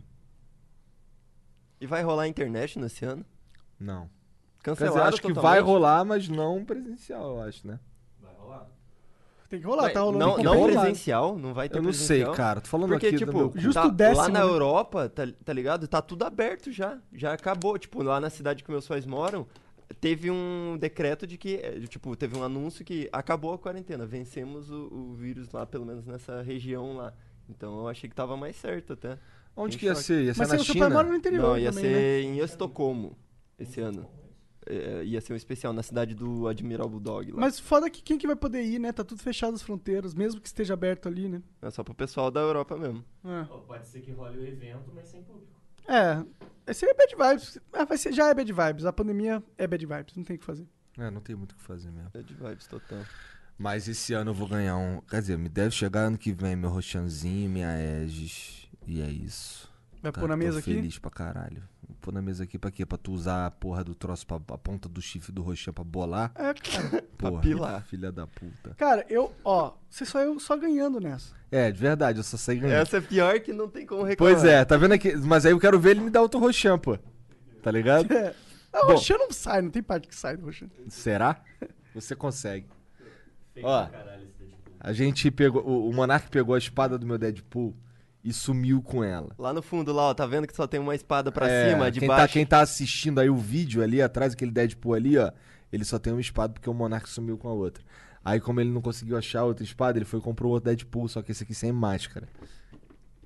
E vai rolar internet nesse ano? Não. Cancelado acho que vai rolar, mas não presencial, eu acho, né? Vai rolar. Tem que rolar, tá rolando. Não presencial, não vai ter Eu não presencial. sei, cara. Tô falando porque, aqui tipo, do meu... Justo décimo, lá na né? Europa, tá ligado? Tá tudo aberto já. Já acabou. Tipo, lá na cidade que meus pais moram, teve um decreto de que... Tipo, teve um anúncio que acabou a quarentena. Vencemos o vírus lá, pelo menos nessa região lá. Então eu achei que tava mais certo até. Onde que ia ser? Ia ser na seu pai China? mora no interior Não, ia também, ser em Estocolmo esse ano. Ia ser um especial na cidade do Admiral Bulldog lá. Mas foda que quem que vai poder ir, né? Tá tudo fechado as fronteiras, mesmo que esteja aberto ali, né? É só pro pessoal da Europa mesmo. Pode ser que role o evento, mas sem público. Esse aí é bad vibes. Já é bad vibes. A pandemia é bad vibes, não tem o que fazer. Não tem muito o que fazer mesmo. Bad vibes total. Mas esse ano eu vou ganhar um... Quer dizer, me deve chegar ano que vem meu Roshanzinho, minha Aegis. E é isso. Vai pôr na mesa tô aqui? feliz pra caralho. Vou pôr na mesa aqui pra quê? Pra tu usar a porra do troço, a ponta do chifre do Roshan pra bolar? Cara. Porra, pilar. filha da puta. Cara, você só ganhando nessa. De verdade, eu só saí ganhando. Essa é pior que não tem como reclamar. Pois é, tá vendo aqui? Mas aí eu quero ver ele me dar outro Roshan, pô. Tá ligado? O Roshan não sai, não tem parte que sai do Roshan. Será? Você consegue. Feio Ó, pra caralho esse Deadpool. a gente pegou... O Monark pegou a espada do meu Deadpool e sumiu com ela. Lá no fundo, lá, ó, tá vendo que só tem uma espada pra cima, de quem baixo? quem tá assistindo aí o vídeo ali atrás, aquele Deadpool ali, ó, ele só tem uma espada porque o Monark sumiu com a outra. Aí como ele não conseguiu achar outra espada, ele foi e comprou outro Deadpool, só que esse aqui sem máscara.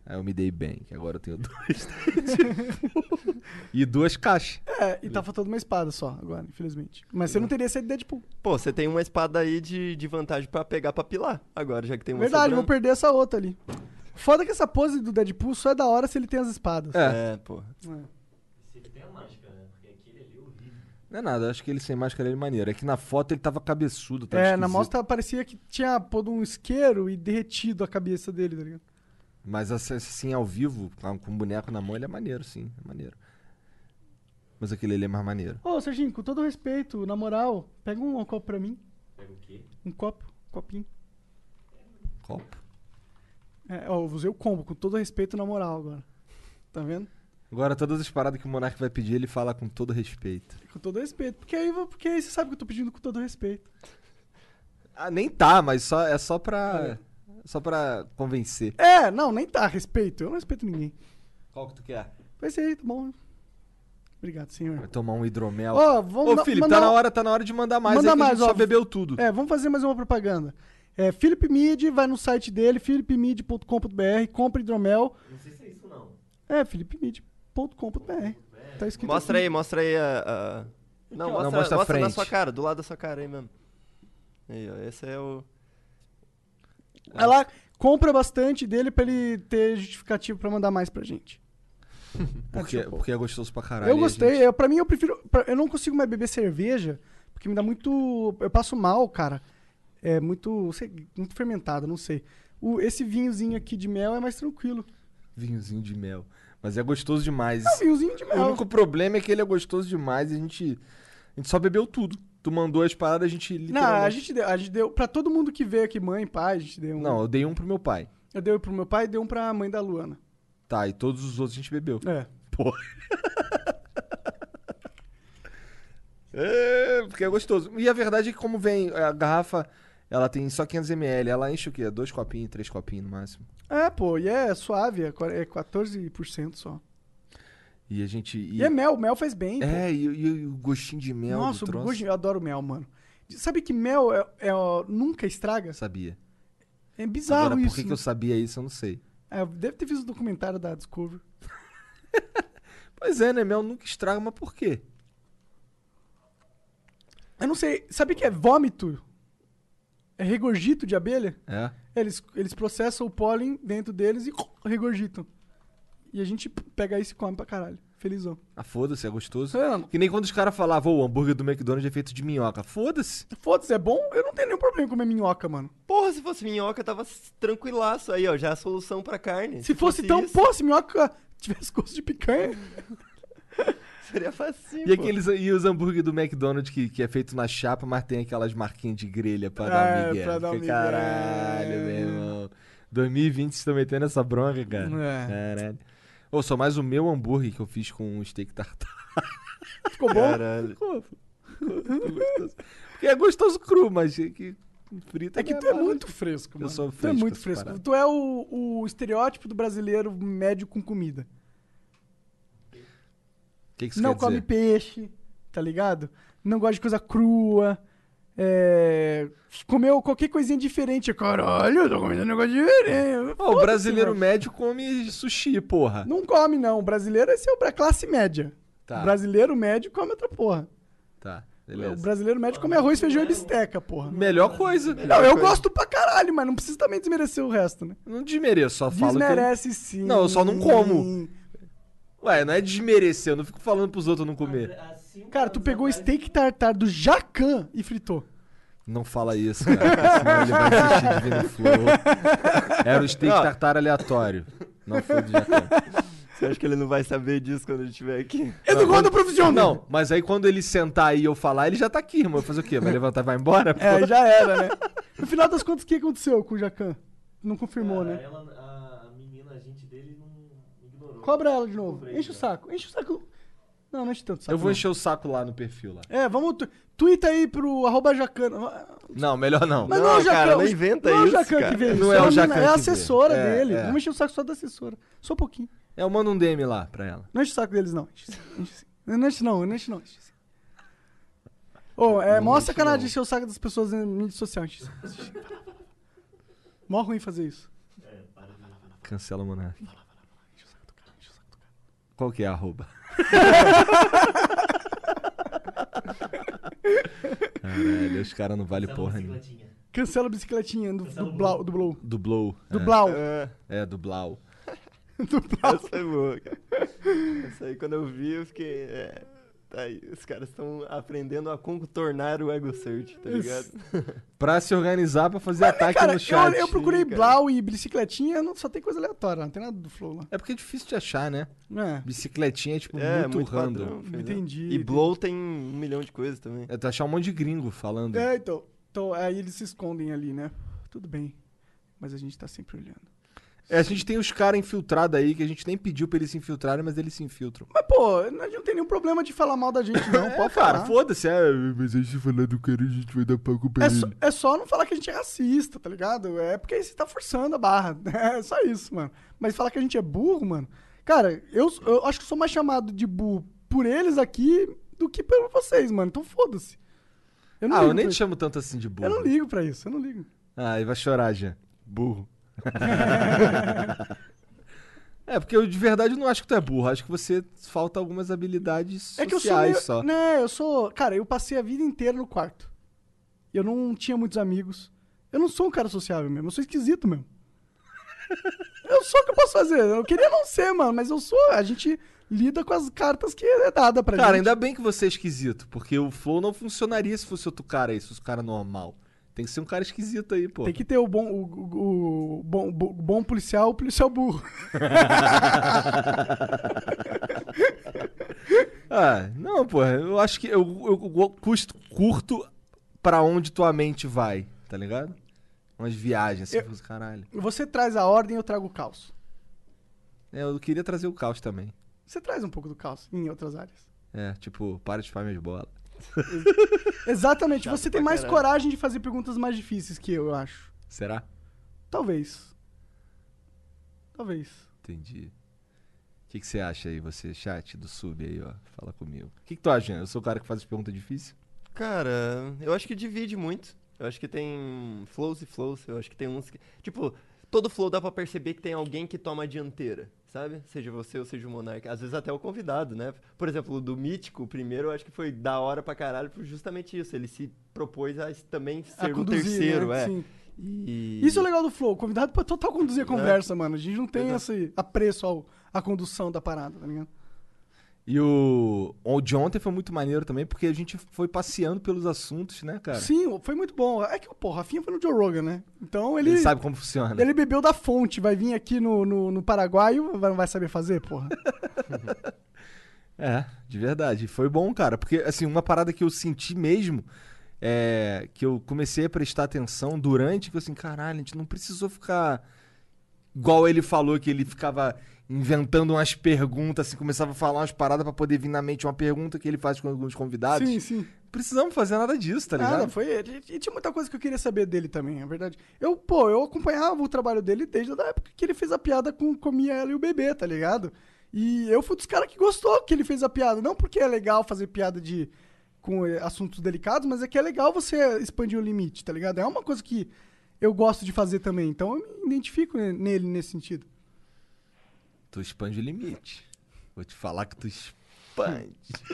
Aí eu me dei bem, que agora eu tenho 2 Deadpool. E 2 caixas. E tá faltando uma espada só agora, infelizmente. Mas você não teria esse Deadpool. Pô, você tem uma espada aí de vantagem pra pegar pra pilar. Agora, já que tem uma Verdade, sobrando. vou perder essa outra ali. Foda que essa pose do Deadpool só é da hora se ele tem as espadas. Pô. Se ele tem a máscara, né? Porque aquele ali é horrível. Não é nada, eu acho que ele sem máscara ele é maneiro. É que na foto ele tava cabeçudo, tá Na esquisito. mostra parecia que tinha posto um isqueiro e derretido a cabeça dele, tá ligado? Mas assim, ao vivo, com o boneco na mão, ele é maneiro, sim. É maneiro. Mas aquele ali é mais maneiro. Ô, Serginho, com todo respeito, na moral, pega um copo pra mim. Pega o quê? Um copinho. Copo? Eu usei o combo, com todo respeito, na moral agora. Tá vendo? Agora, todas as paradas que o Monark vai pedir, ele fala com todo respeito. Com todo respeito. Porque aí você sabe que eu tô pedindo com todo respeito. Ah, nem tá, mas é só pra convencer. Não, nem tá, respeito. Eu não respeito ninguém. Qual que tu quer? Vai ser aí, tá bom. Obrigado, senhor. Vai tomar um hidromel. Vamos Felipe, tá na hora de mandar mais. Manda aí que mais, a gente só bebeu tudo. Vamos fazer mais uma propaganda. Felipe Mid, vai no site dele, philipemid.com.br, compra hidromel. Não sei se é isso, não. philipemid.com.br. Tá escrito Mostra aqui. aí, mostra aí a... Não, mostra a frente. na sua cara, do lado da sua cara aí mesmo. Aí, ó, esse é o... Ela compra bastante dele pra ele ter justificativo pra mandar mais pra gente. Porque é gostoso pra caralho. Eu gostei. Pra mim, eu prefiro... Eu não consigo mais beber cerveja, porque me dá muito... Eu passo mal, cara. É muito fermentado, não sei. Esse vinhozinho aqui de mel é mais tranquilo. Vinhozinho de mel. Mas é gostoso demais. É um vinhozinho de mel. O único problema é que ele é gostoso demais e a gente só bebeu tudo. Tu mandou as paradas, a gente literalmente... Não, a gente deu pra todo mundo que veio aqui, mãe, pai, a gente deu um... Não, eu dei um pro meu pai. Eu dei um pro meu pai e dei um pra mãe da Luana. Tá, e todos os outros a gente bebeu. Porra. Porque é gostoso. E a verdade é que como vem a garrafa, ela tem só 500ml, ela enche o quê? 2 copinhos, 3 copinhos no máximo. E é suave, é 14% só. E a gente... E é mel, mel faz bem. E o gostinho de mel. Nossa, do troço. eu adoro mel, mano. Sabe que mel nunca estraga? Sabia. É bizarro. Agora, isso. por que eu sabia isso, eu não sei. Deve ter visto o documentário da Discovery. Pois é, né? Mel nunca estraga, mas por quê? Eu não sei. Sabe o que é vômito? É regurgito de abelha? É. Eles processam o pólen dentro deles e regurgitam. E a gente pega isso e come pra caralho. Felizão. Ah, foda-se, é gostoso. É. Que nem quando os caras falavam, o hambúrguer do McDonald's é feito de minhoca. Foda-se. Foda-se, é bom? Eu não tenho nenhum problema em comer minhoca, mano. Porra, se fosse minhoca, tava tranquilaço aí, ó. Já é a solução pra carne. Se fosse tão... isso, Pô, se minhoca tivesse gosto de picanha... seria facinho, E os hambúrguer do McDonald's que é feito na chapa, mas tem aquelas marquinhas de grelha pra dar migué. Pra dar migué. Caralho, meu irmão. 2020 vocês estão metendo essa bronca, cara. Caralho. Só mais o meu hambúrguer que eu fiz com um steak tartar. Ficou bom? Caralho. Ficou gostoso. Porque é gostoso cru, mas que frito... É que tu é muito fresco, mano. Eu sou Tu é muito fresco. parada. Tu é o estereótipo do brasileiro médio com comida. O que isso Não quer come dizer? peixe, tá ligado? Não gosta de coisa crua. Comeu qualquer coisinha diferente. Caralho, eu tô comendo um negócio diferente. O brasileiro médio come sushi, porra. Não come, não. O brasileiro é a classe média. Tá. O brasileiro médio come outra porra. Tá, O beleza. brasileiro médio come arroz, feijão e bisteca, porra. Melhor coisa. Não, eu gosto pra caralho, mas não precisa também desmerecer o resto, né? Não desmereço, só falo Desmerece sim. Não, eu só não como. Ué, não é desmerecer, eu não fico falando pros outros não comer. Cara, tu pegou o steak tartar do Jacan e fritou. Não fala isso, cara, senão ele vai assistir Divino Flow. Era o steak tartar aleatório, não foi do Jacan. Você acha que ele não vai saber disso quando ele estiver aqui? Eu não gosto do profissional. Não, mas aí quando ele sentar aí e eu falar, ele já tá aqui, irmão. Vai fazer o quê? Vai levantar e vai embora? Já era, né? No final das contas, o que aconteceu com o Jacan? Não confirmou, né? A menina, a gente dele, não ignorou. Cobra ela de novo. Enche o saco. Enche o saco. Não enche tanto o saco. Eu vou encher o saco lá no perfil lá. Vamos... Twitta aí pro @Jacan. Não, melhor não. Mas não é o Jacan. Cara, não inventa não isso, é o Jacan cara. que vê isso. Não é o Jacan É a que vê. assessora É, dele. é. Vamos encher o saco só da assessora. Só um pouquinho. Eu mando um DM lá pra ela. Não enche o saco deles, não. Não enche não. Mó sacanagem encher o saco das pessoas em mídia social. Mó ruim fazer isso. Cancela o Monark. Qual que é a arroba? Caralho, os caras não valem porra nenhuma. Cancela a bicicletinha do Blau. Do Blow. Do Blau. Do Blau. Do Blau. Essa foi boa, cara. Essa aí, quando eu vi, eu fiquei... tá aí, os caras estão aprendendo a contornar o Ego Search, tá ligado? Pra se organizar pra fazer ataque cara, no chat. Eu procurei Blau e bicicletinha, só tem coisa aleatória, não tem nada do Flow lá. É porque é difícil de achar, né? É. Bicicletinha é, tipo, muito random. Padrão, entendi. E Blow tem 1 milhão de coisas também. É tu achar um monte de gringo falando. Então, aí eles se escondem ali, né? Tudo bem. Mas a gente tá sempre olhando. A gente tem os caras infiltrados aí, que a gente nem pediu pra eles se infiltrarem, mas eles se infiltram. Mas, pô, não tem nenhum problema de falar mal da gente, não. Pode falar. Cara, foda-se. Mas a gente falar do cara, a gente vai dar pago pra ele. É só não falar que a gente é racista, tá ligado? É porque aí você tá forçando a barra. É só isso, mano. Mas falar que a gente é burro, mano... Cara, eu acho que eu sou mais chamado de burro por eles aqui do que por vocês, mano. Então foda-se. Eu nem te chamo tanto assim de burro. Eu não ligo pra isso, eu não ligo. Ah, e vai chorar, já. Burro. Porque eu de verdade não acho que tu é burro. Acho que você falta algumas habilidades sociais só. Né, eu sou... Cara, eu passei a vida inteira no quarto. Eu não tinha muitos amigos. Eu não sou um cara sociável mesmo. Eu sou esquisito mesmo. Eu sou o que eu posso fazer. Eu queria não ser, mano, mas eu sou. A gente lida com as cartas que é dada pra gente. Cara, ainda bem que você é esquisito. Porque o Flow não funcionaria se fosse outro cara aí, se fosse um cara normal. Tem que ser um cara esquisito aí, pô. Tem que ter o bom policial, o policial burro. Não, pô. Eu acho que eu curto pra onde tua mente vai, tá ligado? Umas viagens, assim, caralho. Você traz a ordem, eu trago o caos. Eu queria trazer o caos também. Você traz um pouco do caos em outras áreas. Tipo, para de chupar minhas bolas. Exatamente. Você tem mais coragem de fazer perguntas mais difíceis que eu acho. Será? Talvez. Entendi. O que você acha aí, você, chat do sub aí, ó? Fala comigo. O que tu acha, Jean? Eu sou o cara que faz as perguntas difíceis? Cara, eu acho que divide muito. Eu acho que tem flows e flows. Eu acho que tem uns que... Tipo, todo flow dá pra perceber que tem alguém que toma a dianteira, sabe? Seja você ou seja o Monark. Às vezes até o convidado, né? Por exemplo, o do Mítico, o primeiro, eu acho que foi da hora pra caralho por justamente isso. Ele se propôs a também ser o terceiro, né? Sim. Isso é o legal do flow. O convidado pode total conduzir a conversa, mano. A gente não tem esse apreço à condução da parada, tá ligado? E o de ontem foi muito maneiro também, porque a gente foi passeando pelos assuntos, né, cara? Sim, foi muito bom. É que, o Rafinha foi no Joe Rogan, né? Então ele sabe como funciona. Ele bebeu da fonte, vai vir aqui no Paraguai e não vai saber fazer, porra. De verdade. Foi bom, cara. Porque, assim, uma parada que eu senti mesmo, que eu comecei a prestar atenção durante, que eu assim, caralho, a gente não precisou ficar igual ele falou, que ele ficava inventando umas perguntas, assim, começava a falar umas paradas pra poder vir na mente uma pergunta que ele faz com alguns convidados. Sim. Precisamos fazer nada disso, tá ligado? E tinha muita coisa que eu queria saber dele também, é verdade. Eu acompanhava o trabalho dele desde a época que ele fez a piada com Comia Ela e o Bebê, tá ligado? E eu fui dos caras que gostou que ele fez a piada. Não porque é legal fazer piada com assuntos delicados, mas é que é legal você expandir o limite, tá ligado? É uma coisa que eu gosto de fazer também. Então eu me identifico nele nesse sentido. Tu expande o limite. Vou te falar que tu expande.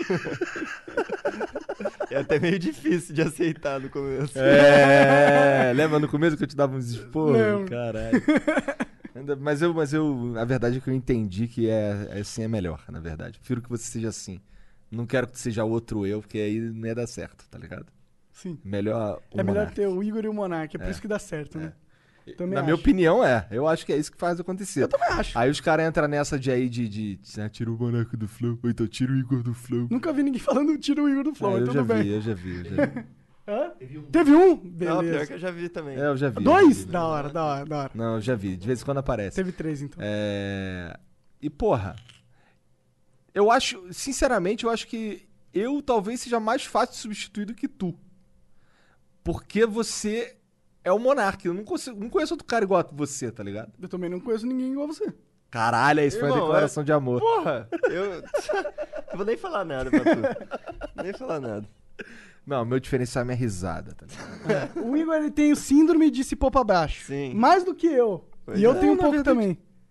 É até meio difícil de aceitar no começo. Lembra no começo que eu te dava uns esporros? Caralho. Mas a verdade é que eu entendi que assim é melhor, na verdade. Prefiro que você seja assim. Não quero que tu seja outro eu, porque aí não ia dar certo, tá ligado? Sim. Melhor melhor ter o Igor e o Monark, por isso que dá certo, né? Na minha opinião, eu acho que é isso que faz acontecer. Eu também acho. Aí os caras entram nessa de tira o Monark do Flow, ou então tira o Igor do Flow. Nunca vi ninguém falando tira o Igor do Flow, eu tudo bem. Eu já vi. Teve um? Beleza. Não, pior que eu já vi também. Eu já vi. 2? Da hora. Não, eu já vi. De vez em quando aparece. Teve 3, então. E, porra, eu acho, sinceramente, eu acho que eu talvez seja mais fácil de substituir do que tu. Porque você é o Monark. Eu não conheço outro cara igual a você, tá ligado? Eu também não conheço ninguém igual a você. Caralho, isso foi uma declaração de amor. Porra, eu não vou nem falar nada pra tu. Nem falar nada. Não, meu diferencial é minha risada, tá ligado? O Igor, ele tem o síndrome de se pôr pra baixo. Sim. Mais do que eu. E eu tenho um pouco também.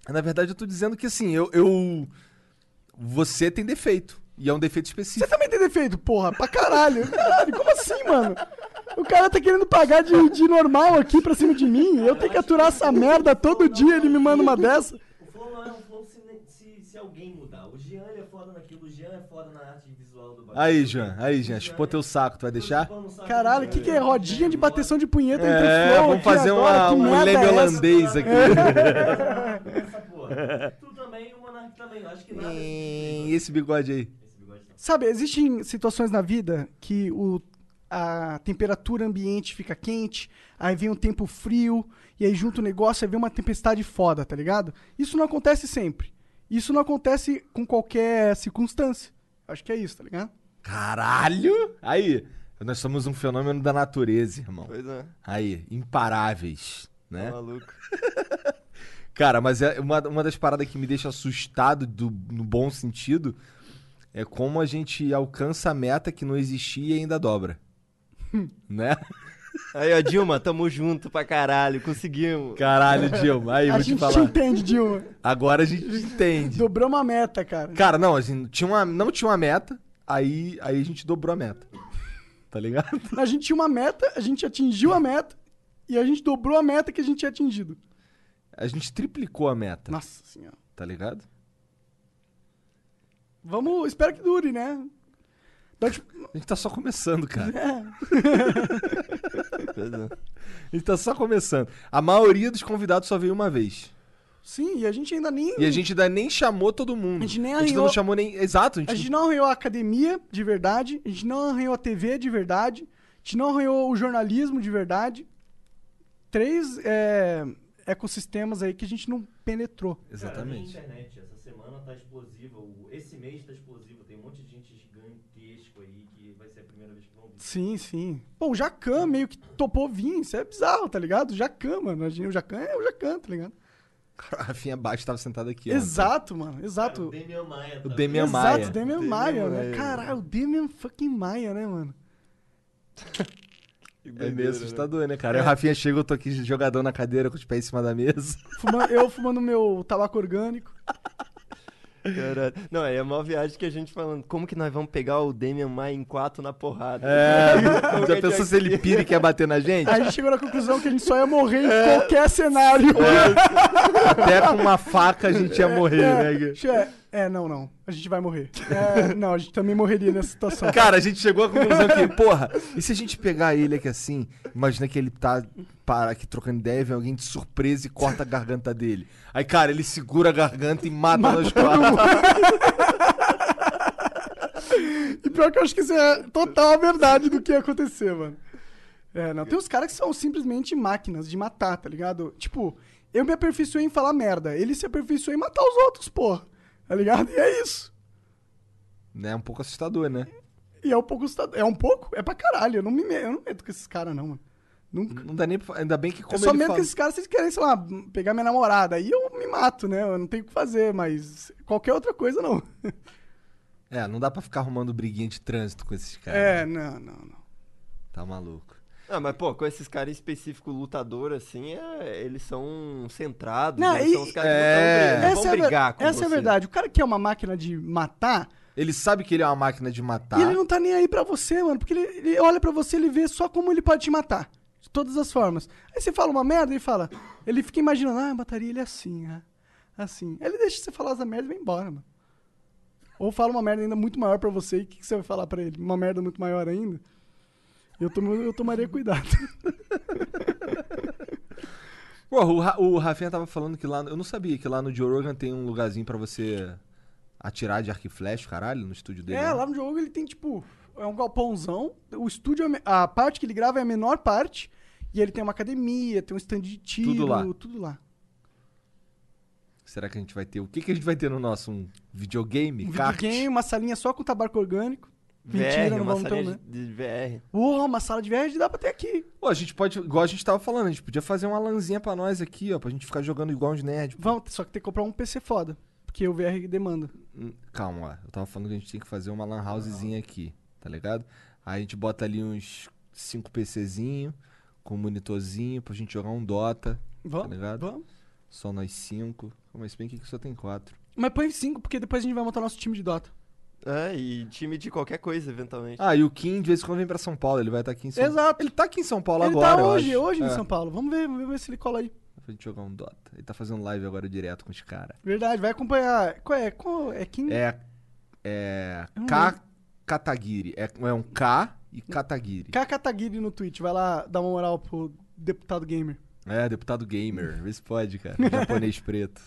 Na verdade, eu tô dizendo que assim, você tem defeito. E é um defeito específico. Você também tem defeito, porra, pra caralho. Caralho, como assim, mano? O cara tá querendo pagar de normal aqui pra cima de mim. Eu tenho que aturar essa merda todo dia, ele me manda uma dessa. O flow não é um flow se alguém mudar. O Jean ele é foda naquilo, o Jean é foda na arte visual do bagulho. Aí, Jean, chupou teu saco, tu vai deixar? Caralho, o que é? Rodinha de bateção de punheta entre o flow vamos fazer um leme holandês aqui. Essa porra. Tu também, o Monark também. Eu acho que nada. E esse bigode aí? Sabe, existem situações na vida que a temperatura ambiente fica quente, aí vem um tempo frio, e aí junto o negócio, aí vem uma tempestade foda, tá ligado? Isso não acontece sempre. Isso não acontece com qualquer circunstância. Acho que é isso, tá ligado? Caralho! Aí, nós somos um fenômeno da natureza, irmão. Pois é. Aí, imparáveis, né? Tá maluco. Cara, mas é uma das paradas que me deixa assustado no bom sentido é como a gente alcança a meta que não existia e ainda dobra. Né? Aí, ó, Dilma, tamo junto pra caralho, conseguimos. Caralho, Dilma, aí, vou te falar. A gente entende, Dilma. Agora a gente entende. Dobrou uma meta, cara. Cara, não, a gente não tinha uma meta, aí a gente dobrou a meta. Tá ligado? A gente tinha uma meta, a gente atingiu a meta, e a gente dobrou a meta que a gente tinha atingido. A gente triplicou a meta. Nossa senhora. Tá ligado? Vamos, espero que dure, né? A gente tá só começando, cara. A gente tá só começando. A maioria dos convidados só veio uma vez. Sim, e a gente ainda nem... E a gente ainda nem chamou todo mundo. A gente nem A gente arranhou... não chamou nem... Exato. A gente não arranhou a academia de verdade, a gente não arranhou a TV de verdade, a gente não arranhou o jornalismo de verdade. 3 ecossistemas aí que a gente não penetrou. Exatamente. Cara, a internet, essa semana tá explosiva, esse mês tá explosivo, tem um monte de gente gigantesco aí que vai ser a primeira vez que vão vir. Sim, sim. Pô, o Jacan meio que topou vir, isso é bizarro, tá ligado? O Jacan, mano, o Jacan é o Jacan, tá ligado? A Rafinha Baixo tava sentado aqui. Exato, mano, exato. Cara, o Demian Maia. O Demian Maia. Exato, o Demian Maia, né? Caralho, o Demian fucking Maia, né, mano? É meio assustador, né, cara? Aí o Rafinha chega, eu tô aqui jogadão na cadeira com os pés em cima da mesa. Eu fumando meu tabaco orgânico. Caralho. Não, é a maior viagem que a gente falando. Como que nós vamos pegar o Demian Maia em 4 na porrada? Já pensou se ele pira e quer bater na gente? Aí a gente chegou na conclusão que a gente só ia morrer em qualquer cenário. Até com uma faca a gente ia morrer, né? Não. A gente vai morrer. Não, a gente também morreria nessa situação. Cara, a gente chegou à conclusão que, porra, e se a gente pegar ele aqui assim, imagina que ele tá aqui trocando ideia, vem alguém de surpresa e corta a garganta dele. Aí, cara, ele segura a garganta e mata nós quatro. E pior que eu acho que isso é total a verdade do que ia acontecer, mano. Não, tem uns caras que são simplesmente máquinas de matar, tá ligado? Tipo, eu me aperfeiçoei em falar merda, ele se aperfeiçoou em matar os outros, porra. Tá ligado? E é isso. É um pouco assustador, né? E é um pouco assustador. É um pouco? É pra caralho. Eu não medo com esses caras, não, mano. Nunca. Não dá nem pra... Ainda bem que como eu só medo com esses caras, vocês querem, sei lá, pegar minha namorada. Aí eu me mato, né? Eu não tenho o que fazer, mas qualquer outra coisa, não. Não dá pra ficar arrumando briguinha de trânsito com esses caras. Não. Tá maluco. Ah, mas pô, com esses caras específicos lutador, assim, eles são centrados, não, são os caras que não vão brigar com você. Essa é a verdade. O cara que é uma máquina de matar... Ele sabe que ele é uma máquina de matar. E ele não tá nem aí pra você, mano. Porque ele olha pra você, ele vê só como ele pode te matar. De todas as formas. Aí você fala uma merda, ele fala... Ele fica imaginando, eu mataria ele assim, assim. Aí ele deixa você falar essa merda e vai embora, mano. Ou fala uma merda ainda muito maior pra você, e o que você vai falar pra ele? Uma merda muito maior ainda? Eu tomaria cuidado. Pô, o Rafinha tava falando que lá... Eu não sabia que lá no Joe Rogan tem um lugarzinho pra você atirar de arco e flecha, caralho, no estúdio dele. Lá no Joe Rogan ele tem, tipo... É um galpãozão. O estúdio, a parte que ele grava é a menor parte. E ele tem uma academia, tem um stand de tiro. Tudo lá. Será que a gente vai ter... O que a gente vai ter no nosso? Um videogame? Videogame, uma salinha só com tabaco orgânico. Mentira, VR, não vamos ter, né? De VR. Uma sala de VR dá pra ter aqui. Pô, a gente pode, igual a gente tava falando, a gente podia fazer uma lanzinha pra nós aqui, ó, pra gente ficar jogando igual uns nerds. Vamos, só que tem que comprar um PC foda, porque o VR demanda. Calma, ó, eu tava falando que a gente tem que fazer uma lan housezinha aqui, tá ligado? Aí a gente bota ali uns 5 PCzinho, com um monitorzinho, pra gente jogar um Dota, tá ligado? Vamos. Só nós 5. Mas bem que só tem 4. Mas põe 5, porque depois a gente vai montar nosso time de Dota. E time de qualquer coisa, eventualmente. E o Kim de vez em quando vem pra São Paulo, ele vai estar aqui em São Paulo. Exato. Ele tá aqui em São Paulo Ele agora, tá eu hoje acho. em São Paulo. Vamos ver se ele cola aí. Pra gente jogar um Dota. Ele tá fazendo live agora direto com os caras. Verdade, vai acompanhar. Qual é Kim? Kataguiri. É um K e Kataguiri. K Kataguiri no Twitch. Vai lá dar uma moral pro deputado gamer. Deputado gamer. Vê se pode, cara. Japonês preto.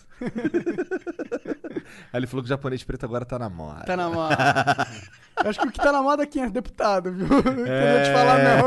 Aí ele falou que o japonês preto agora tá na moda. Tá na moda. Eu acho que o que tá na moda aqui é deputado, viu? Não queria te falar, não.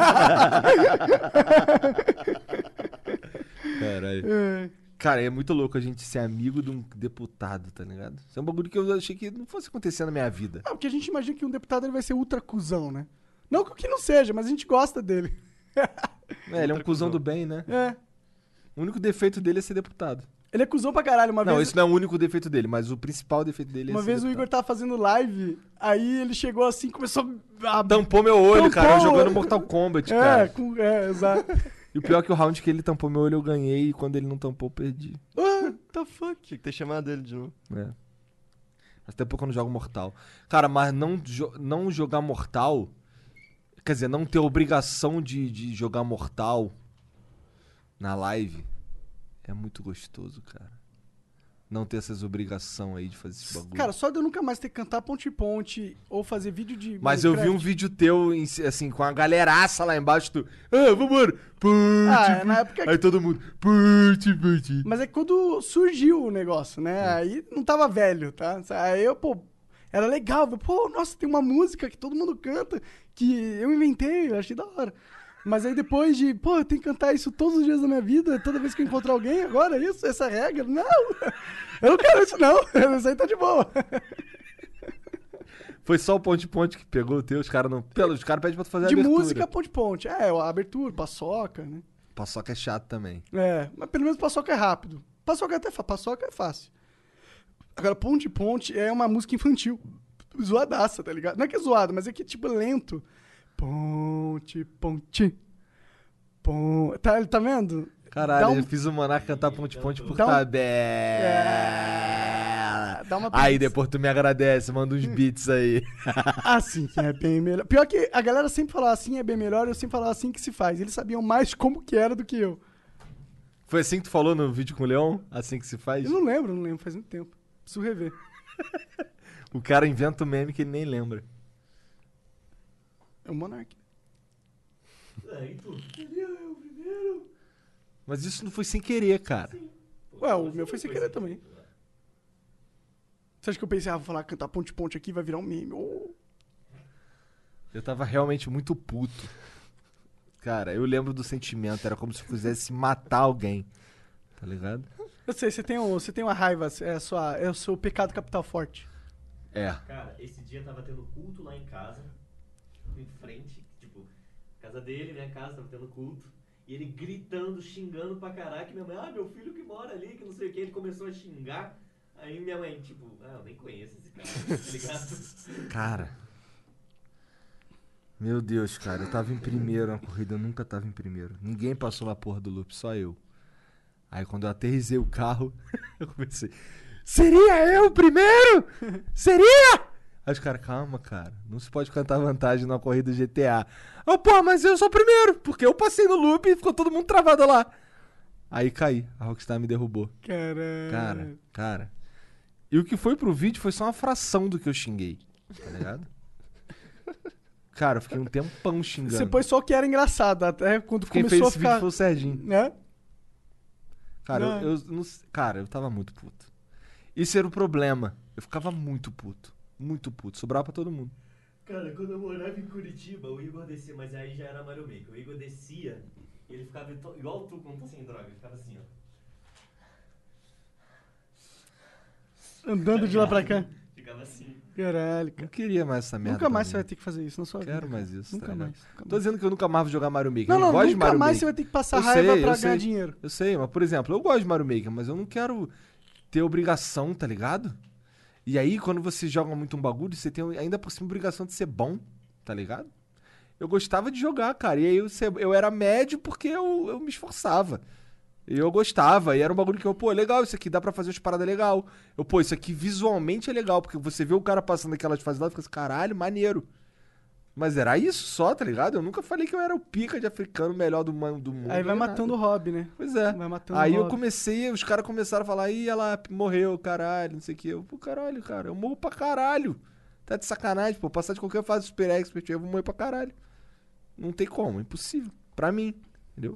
Caralho. Cara, é muito louco a gente ser amigo de um deputado, tá ligado? Isso é um bagulho que eu achei que não fosse acontecer na minha vida. Porque a gente imagina que um deputado ele vai ser ultra cuzão, né? Não que não seja, mas a gente gosta dele. Ele é um cuzão do bem, né? O único defeito dele é ser deputado. Ele é cuzão pra caralho. Uma vez... isso não é o único defeito dele, mas o principal defeito dele é Uma ser vez deputado. o Igor tava fazendo live, aí ele chegou assim, começou a... Tampou meu olho, cara, eu jogando Mortal Kombat, cara. Exato. E o pior é que o round que ele tampou meu olho eu ganhei, e quando ele não tampou eu perdi. What the fuck? Tinha que ter chamado ele de novo. Até porque eu não jogo Mortal. Cara, mas não jogar Mortal... Quer dizer, não ter obrigação de jogar Mortal na live é muito gostoso, cara. Não ter essas obrigações aí de fazer esse bagulho. Cara, só de eu nunca mais ter que cantar ponte ou fazer vídeo de Mas eu vi um vídeo teu, assim, com a galeraça lá embaixo, vambora, ponte, na época... Aí todo mundo, ponte. Mas é quando surgiu o negócio, né? Aí não tava velho, tá? Aí eu, era legal. Nossa, tem uma música que todo mundo canta, que eu inventei, eu achei da hora. Mas aí depois de, eu tenho que cantar isso todos os dias da minha vida, toda vez que eu encontrar alguém, agora isso, essa regra? Não, eu não quero isso não, isso aí tá de boa. Foi só o ponte que pegou o teu, os caras não... Os caras pedem pra tu fazer a de abertura. música, ponte. A abertura, paçoca, né? Paçoca é chato também. Mas pelo menos paçoca é rápido. Paçoca é fácil. Agora, ponte é uma música infantil. Zoadaça, tá ligado? Não é que é zoada, mas é que tipo lento. Ponte. Tá vendo? Caralho, eu fiz o Monark cantar ponte por tabela. Dá uma Aí depois tu me agradece, manda uns beats aí. Assim que é bem melhor. Pior que a galera sempre falava assim é bem melhor, eu sempre falava assim que se faz. Eles sabiam mais como que era do que eu. Foi assim que tu falou no vídeo com o Leão? Assim que se faz? Eu não lembro, faz muito tempo. Preciso rever. O cara inventa um meme que ele nem lembra. É o Monark. E tu? Seria eu primeiro? Mas isso não foi sem querer, cara. Sim. O meu foi sem querer também. Você acha que eu pensei, vou falar, cantar ponte aqui, vai virar um meme. Eu tava realmente muito puto. Cara, eu lembro do sentimento, era como se eu quisesse matar alguém. Tá ligado? Eu sei, você tem uma raiva, é o seu pecado capital forte. Cara, esse dia tava tendo culto lá em casa, em frente, tipo, casa dele, minha casa, tava tendo culto. E ele gritando, xingando pra caraca, e minha mãe, meu filho que mora ali, que não sei o que, ele começou a xingar. Aí minha mãe, tipo, eu nem conheço esse cara, tá ligado? Cara. Meu Deus, cara, eu tava em primeiro na corrida, eu nunca tava em primeiro. Ninguém passou na porra do loop, só eu. Aí quando eu aterrissei o carro, eu comecei... Seria eu primeiro? Seria? Aí os caras, calma, cara. Não se pode cantar vantagem numa corrida GTA. Mas eu sou o primeiro, porque eu passei no loop e ficou todo mundo travado lá. Aí caí. A Rockstar me derrubou. Caralho. Cara. E o que foi pro vídeo foi só uma fração do que eu xinguei. Tá ligado? Cara, eu fiquei um tempão xingando. Você pôs só o que era engraçado, até quando Quem começou fez a esse ficar... vídeo foi o Serginho. Né? Cara, eu tava muito puto. Isso era o problema. Eu ficava muito puto. Muito puto. Sobrava pra todo mundo. Cara, quando eu morava em Curitiba, o Igor descia, mas aí já era Mario Maker. O Igor descia e ele ficava igual tu quando tá sem droga. Ele ficava assim, ó. Andando de lá pra cá. Ficava assim. Caralho, cara. Não queria mais essa merda. Nunca mais você vai ter que fazer isso na sua vida. Quero mais isso. Nunca tá mais. Tô dizendo que eu nunca mais vou jogar Mario Maker. Não, eu gosto de nunca Mario mais Maker. você vai ter que passar raiva pra ganhar dinheiro. Eu sei, mas por exemplo, eu gosto de Mario Maker, mas eu não quero ter obrigação, tá ligado? E aí, quando você joga muito um bagulho, você tem ainda por cima a obrigação de ser bom, tá ligado? Eu gostava de jogar, cara. E aí eu era médio porque eu me esforçava, E eu gostava, e era um bagulho que eu, pô, legal, isso aqui dá pra fazer umas paradas legal. Eu, pô, isso aqui visualmente é legal, porque você vê o cara passando aquelas fases lá e fica assim, caralho, maneiro. Mas era isso só, tá ligado? Eu nunca falei que eu era o pica de africano melhor do mundo. Aí vai matando o hobby, né? Pois é. Vai matando Aí o eu hobby. comecei, os caras começaram a falar, ih, ela morreu, caralho, não sei o que. Eu, pô, caralho, cara, eu morro pra caralho. Tá de sacanagem, pô, passar de qualquer fase super expert, eu vou morrer pra caralho. Não tem como, impossível. Pra mim, entendeu?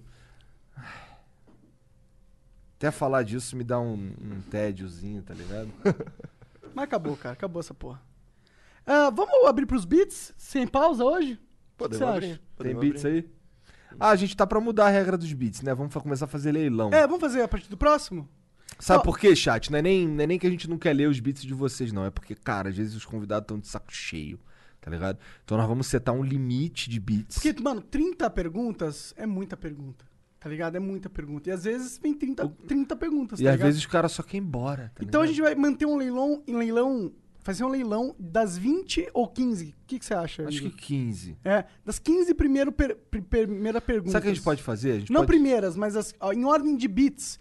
Até falar disso me dá um tédiozinho, tá ligado? Mas acabou, cara. Acabou essa porra. Vamos abrir pros beats? Sem pausa hoje? Podemos O que você abrir. acha? Tem beats aí? Ah, a gente tá pra mudar a regra dos beats, né? Vamos começar a fazer leilão. Vamos fazer a partir do próximo? Sabe por quê, chat? Não é nem que a gente não quer ler os beats de vocês, não. É porque, cara, às vezes os convidados estão de saco cheio, tá ligado? Então nós vamos setar um limite de beats. Porque, mano, 30 perguntas é muita pergunta. Tá ligado? É muita pergunta. E às vezes vem 30 perguntas, E tá às ligado? vezes os caras só querem ir embora, tá Então a ligado? gente vai manter um leilão, fazer um leilão das 20 ou 15. O que você acha? Acho que Igor? 15. Das 15 primeira perguntas. Sabe o que a gente pode fazer? A gente Não pode... primeiras, mas em ordem de bits.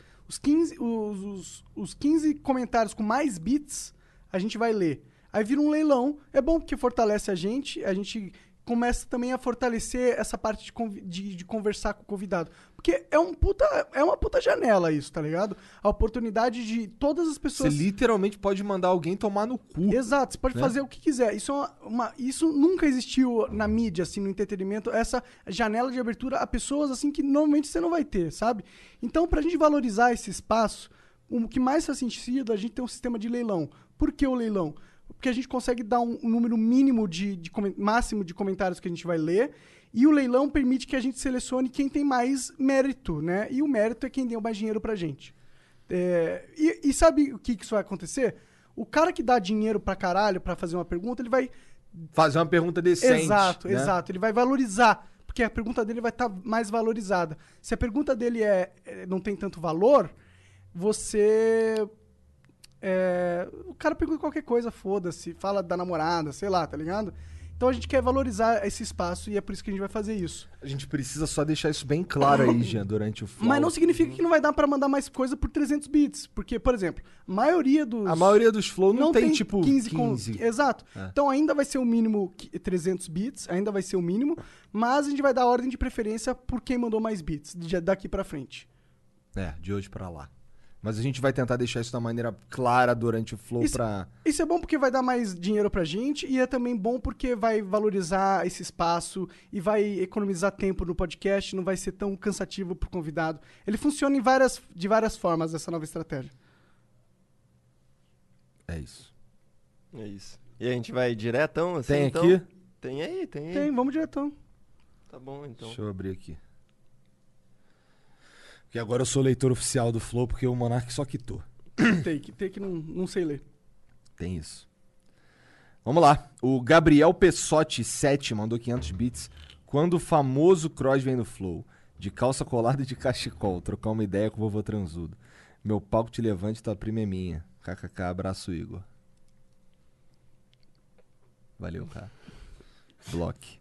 Os 15 comentários com mais bits, a gente vai ler. Aí vira um leilão. É bom porque fortalece a gente começa também a fortalecer essa parte de conversar com o convidado. Porque é uma puta janela isso, tá ligado? A oportunidade de todas as pessoas... Você literalmente pode mandar alguém tomar no cu. Exato, você pode né? fazer o que quiser. Isso nunca existiu na mídia, assim, no entretenimento, essa janela de abertura a pessoas, assim, que normalmente você não vai ter, sabe? Então, pra gente valorizar esse espaço, o que mais faz sentido, a gente tem um sistema de leilão. Por que o leilão? Porque a gente consegue dar um número mínimo máximo de comentários que a gente vai ler, e o leilão permite que a gente selecione quem tem mais mérito, né? E o mérito é quem deu mais dinheiro pra gente. E sabe o que isso vai acontecer? O cara que dá dinheiro pra caralho pra fazer uma pergunta, ele vai... Fazer uma pergunta decente. Exato, né? exato. Ele vai valorizar, porque a pergunta dele vai estar mais valorizada. Se a pergunta dele não tem tanto valor, você... o cara pergunta qualquer coisa, foda-se, fala da namorada, sei lá, tá ligado? Então a gente quer valorizar esse espaço e é por isso que a gente vai fazer isso. A gente precisa só deixar isso bem claro aí, Jean, durante o flow. Mas não significa que não vai dar pra mandar mais coisa por 300 bits. Porque, por exemplo, a maioria dos flow não tem tipo 15. Exato. Então ainda vai ser o mínimo 300 bits, ainda vai ser o mínimo, mas a gente vai dar ordem de preferência por quem mandou mais bits, daqui pra frente. De hoje pra lá. Mas a gente vai tentar deixar isso da maneira clara durante o flow pra... Isso é bom porque vai dar mais dinheiro pra gente e é também bom porque vai valorizar esse espaço e vai economizar tempo no podcast, não vai ser tão cansativo pro convidado. Ele funciona de várias formas, essa nova estratégia. É isso. É isso. E a gente vai diretão assim, Tem então? aqui? Tem aí, tem aí. Tem, vamos diretão. Tá bom, então. Deixa eu abrir aqui. Porque agora eu sou leitor oficial do Flow, porque o Monark só quitou. Tem que não sei ler. Tem isso. Vamos lá. O Gabriel Pessotti 7 mandou 500 bits. Quando o famoso Cross vem no Flow, de calça colada e de cachecol, trocar uma ideia com o vovô transudo. Meu palco te levante, tua prima é minha. KKK, abraço, Igor. Valeu, cara. Bloque.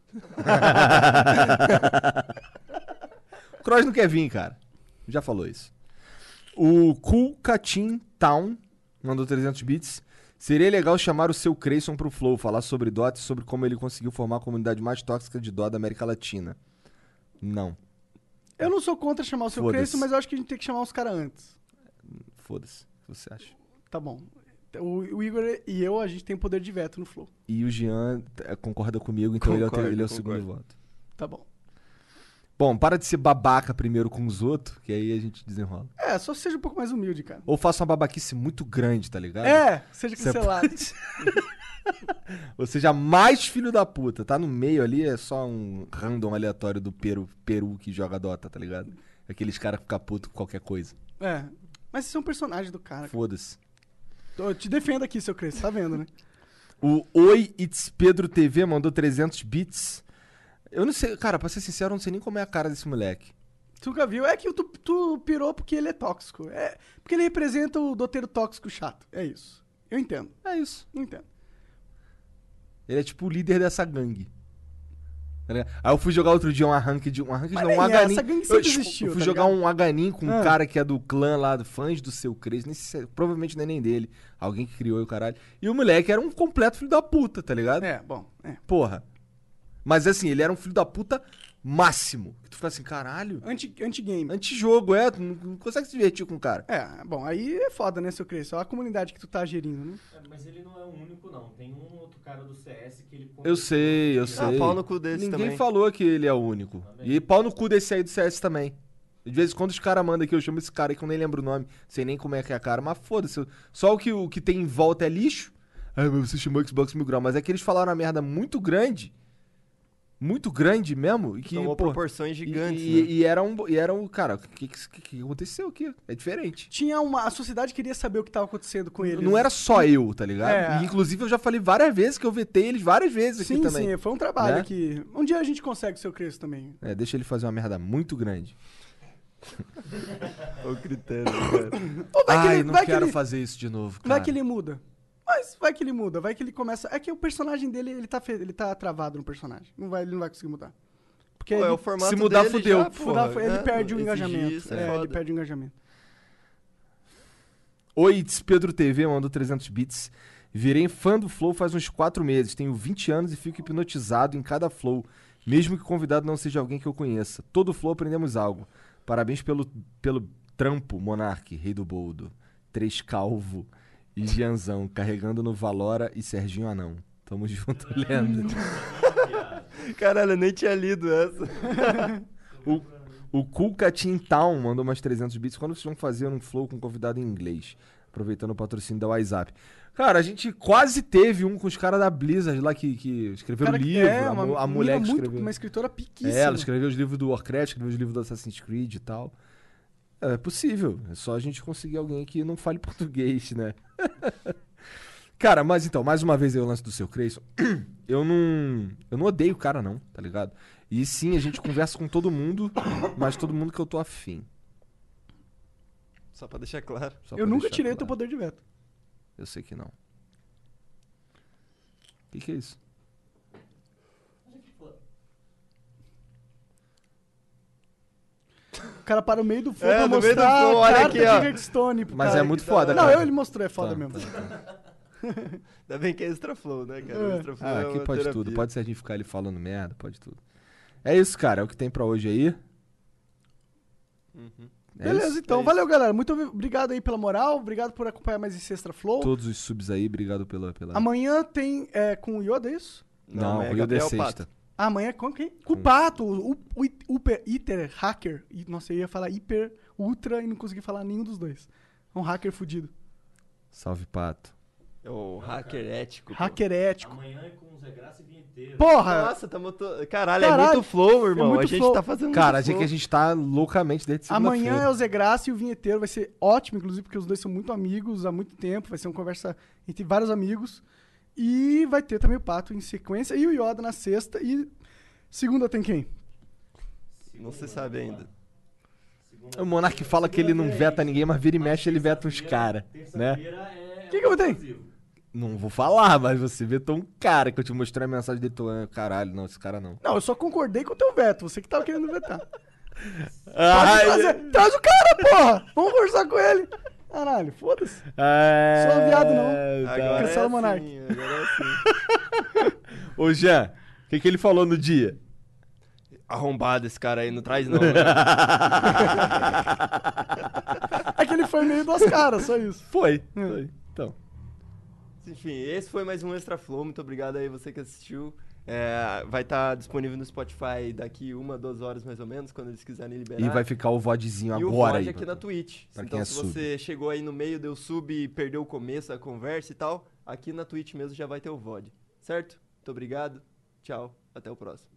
O Cross não quer vir, cara. Já falou isso. O Cool Catin Town mandou 300 bits. Seria legal chamar o seu Creyson pro Flow, falar sobre Dota e sobre como ele conseguiu formar a comunidade mais tóxica de Dota da América Latina. Não. Eu não sou contra chamar o seu Creyson, mas eu acho que a gente tem que chamar os caras antes. Foda-se. O que você acha? Tá bom. O Igor e eu, a gente tem poder de veto no Flow. E o Jean concorda comigo, então ele é o segundo voto. Tá bom. Bom, para de ser babaca primeiro com os outros, que aí a gente desenrola. Só seja um pouco mais humilde, cara. Ou faça uma babaquice muito grande, tá ligado? Seja cancelado. Ou seja, mais filho da puta. Tá no meio ali, é só um random aleatório do Peru que joga Dota, tá ligado? Aqueles caras que ficam putos com qualquer coisa. Mas você é um personagem do cara. Foda-se. Eu te defendo aqui, seu Cresce, tá vendo, né? O Oi It's Pedro TV mandou 300 bits. Eu não sei, cara, pra ser sincero, eu não sei nem como é a cara desse moleque. Tu nunca viu? É que tu pirou porque ele é tóxico. Porque ele representa o doteiro tóxico chato. É isso. Eu entendo. É isso. Eu entendo. Ele é tipo o líder dessa gangue. Tá ligado? Aí eu fui jogar outro dia um ranked não, um essa H-Nin. gangue sempre existiu, Eu fui tá jogar ligado? um H-Nin com um cara que é do clã lá, do fãs do Seu Crazy, provavelmente não é nem dele. Alguém que criou o caralho. E o moleque era um completo filho da puta, tá ligado? Porra. Mas assim, ele era um filho da puta máximo. Que tu fica assim, caralho. Anti-game. Anti-jogo, tu não consegue se divertir com o cara. Bom, aí é foda, né, seu Crazy? Só a comunidade que tu tá gerindo, né? Mas ele não é o único, não. Tem um outro cara do CS que ele... Eu sei. pau no cu desse Ninguém também. falou que ele é o único. E pau no cu desse aí do CS também. De vez em quando os caras mandam aqui, eu chamo esse cara aí que eu nem lembro o nome, sei nem como é que é a cara, mas foda-se. Só o que tem em volta é lixo. Mas você chamou Xbox Mil Grau. Mas é que eles falaram uma merda muito grande mesmo. E que, tomou proporções gigantes, e era um... Cara, o que aconteceu aqui? É diferente. A sociedade queria saber o que tava acontecendo com eles. Não era só eu, tá ligado? E, inclusive, eu já falei várias vezes que eu vetei eles várias vezes aqui também. Sim, foi um trabalho né? que... Um dia a gente consegue o seu Crazy também. Deixa ele fazer uma merda muito grande. O critério, cara. Não quero fazer isso de novo, cara. Vai que ele muda. Mas vai que ele muda, vai que ele começa... É que o personagem dele, ele tá travado no personagem. Ele não vai conseguir mudar. Porque o formato se mudar, dele fudeu. Ele perde o engajamento. Ele perde o engajamento. Oi, Pedro TV mandou 300 bits. Virei fã do Flow faz uns 4 meses. Tenho 20 anos e fico hipnotizado em cada Flow. Mesmo que o convidado não seja alguém que eu conheça. Todo Flow aprendemos algo. Parabéns pelo trampo, Monark, Rei do Boldo. 3 Calvo e Gianzão, carregando no Valora e Serginho Anão. Tamo junto, lendo. Caralho, eu nem tinha lido essa. O Kulkatin Town mandou mais 300 bits. Quando vocês vão fazer um Flow com convidado em inglês? Aproveitando o patrocínio da WhatsApp. Cara, a gente quase teve um com os caras da Blizzard lá que escreveram o livro. A mulher que escreveu. Uma escritora piquíssima. Ela escreveu os livros do Warcraft, escreveu os livros do Assassin's Creed e tal. É possível. É só a gente conseguir alguém que não fale português, né? Cara, mas então, mais uma vez aí o lance do Seu Creyson. Eu não odeio o cara, não, tá ligado? E sim, a gente conversa com todo mundo, mas todo mundo que eu tô afim. Só pra deixar claro. Eu nunca tirei o teu poder de veto. Eu sei que não. O que é isso? O cara para no meio do flow pra no meio do mostrar flow, olha a aqui, carta ó. de Hearthstone pro Mas cara. é muito foda, Não, cara. ele mostrou, é foda mesmo. Ainda bem que é extra flow, né, cara? Extra flow é Aqui uma pode terapia. tudo. Pode ser a gente ficar ali falando merda, pode tudo. É isso, cara. É o que tem pra hoje aí. Beleza, isso? então. Valeu, galera. Muito obrigado aí pela moral. Obrigado por acompanhar mais esse Extra Flow. Todos os subs aí, obrigado pela... Amanhã tem com o Yoda, é isso? Não, é o Yoda é Gabriel sexta. Amanhã com quem? Com o Pato, o hiper hacker. Nossa, eu ia falar hiper, ultra e não consegui falar nenhum dos dois. É um hacker fudido. Salve, Pato. É o hacker ético. pô. Hacker ético. Amanhã é com o Zé Graça e Vinheteiro. Porra! Nossa, Caralho, é muito flow, irmão. muito a gente flow. tá fazendo Cara, muito flow. a gente tá loucamente desde segunda-feira. Amanhã é o Zé Graça e o Vinheteiro. Vai ser ótimo, inclusive, porque os dois são muito amigos há muito tempo. Vai ser uma conversa entre vários amigos. E vai ter também o Pato em sequência. E o Yoda na sexta. E segunda tem quem? Não se sabe ainda. O Monark fala que ele não veta ninguém, mas vira e mexe ele veta uns caras, né? O que eu vou ter? Não vou falar, mas você vetou um cara que eu te mostrei a mensagem dele. Caralho, não, esse cara não. Não, eu só concordei com o teu veto. Você que tava querendo vetar. Ai, Traz o cara, porra! Vamos conversar com ele. Caralho, foda-se. Sou viado, não. Agora Cancela é o Monark. assim, agora é assim. Ô, Jean, o que ele falou no dia? Arrombado esse cara aí, não traz não. Né? É que ele foi meio duas caras, só isso. Foi. Então. Enfim, esse foi mais um Extra Flow. Muito obrigado aí você que assistiu. Vai estar disponível no Spotify daqui 1-2 horas mais ou menos, quando eles quiserem liberar. E vai ficar o VODzinho e agora o VOD aí. aqui na Twitch. Pra Então quem é se sub. você chegou aí no meio, deu sub e perdeu o começo, a conversa e tal, aqui na Twitch mesmo já vai ter o VOD. Certo? Muito obrigado. Tchau. Até o próximo.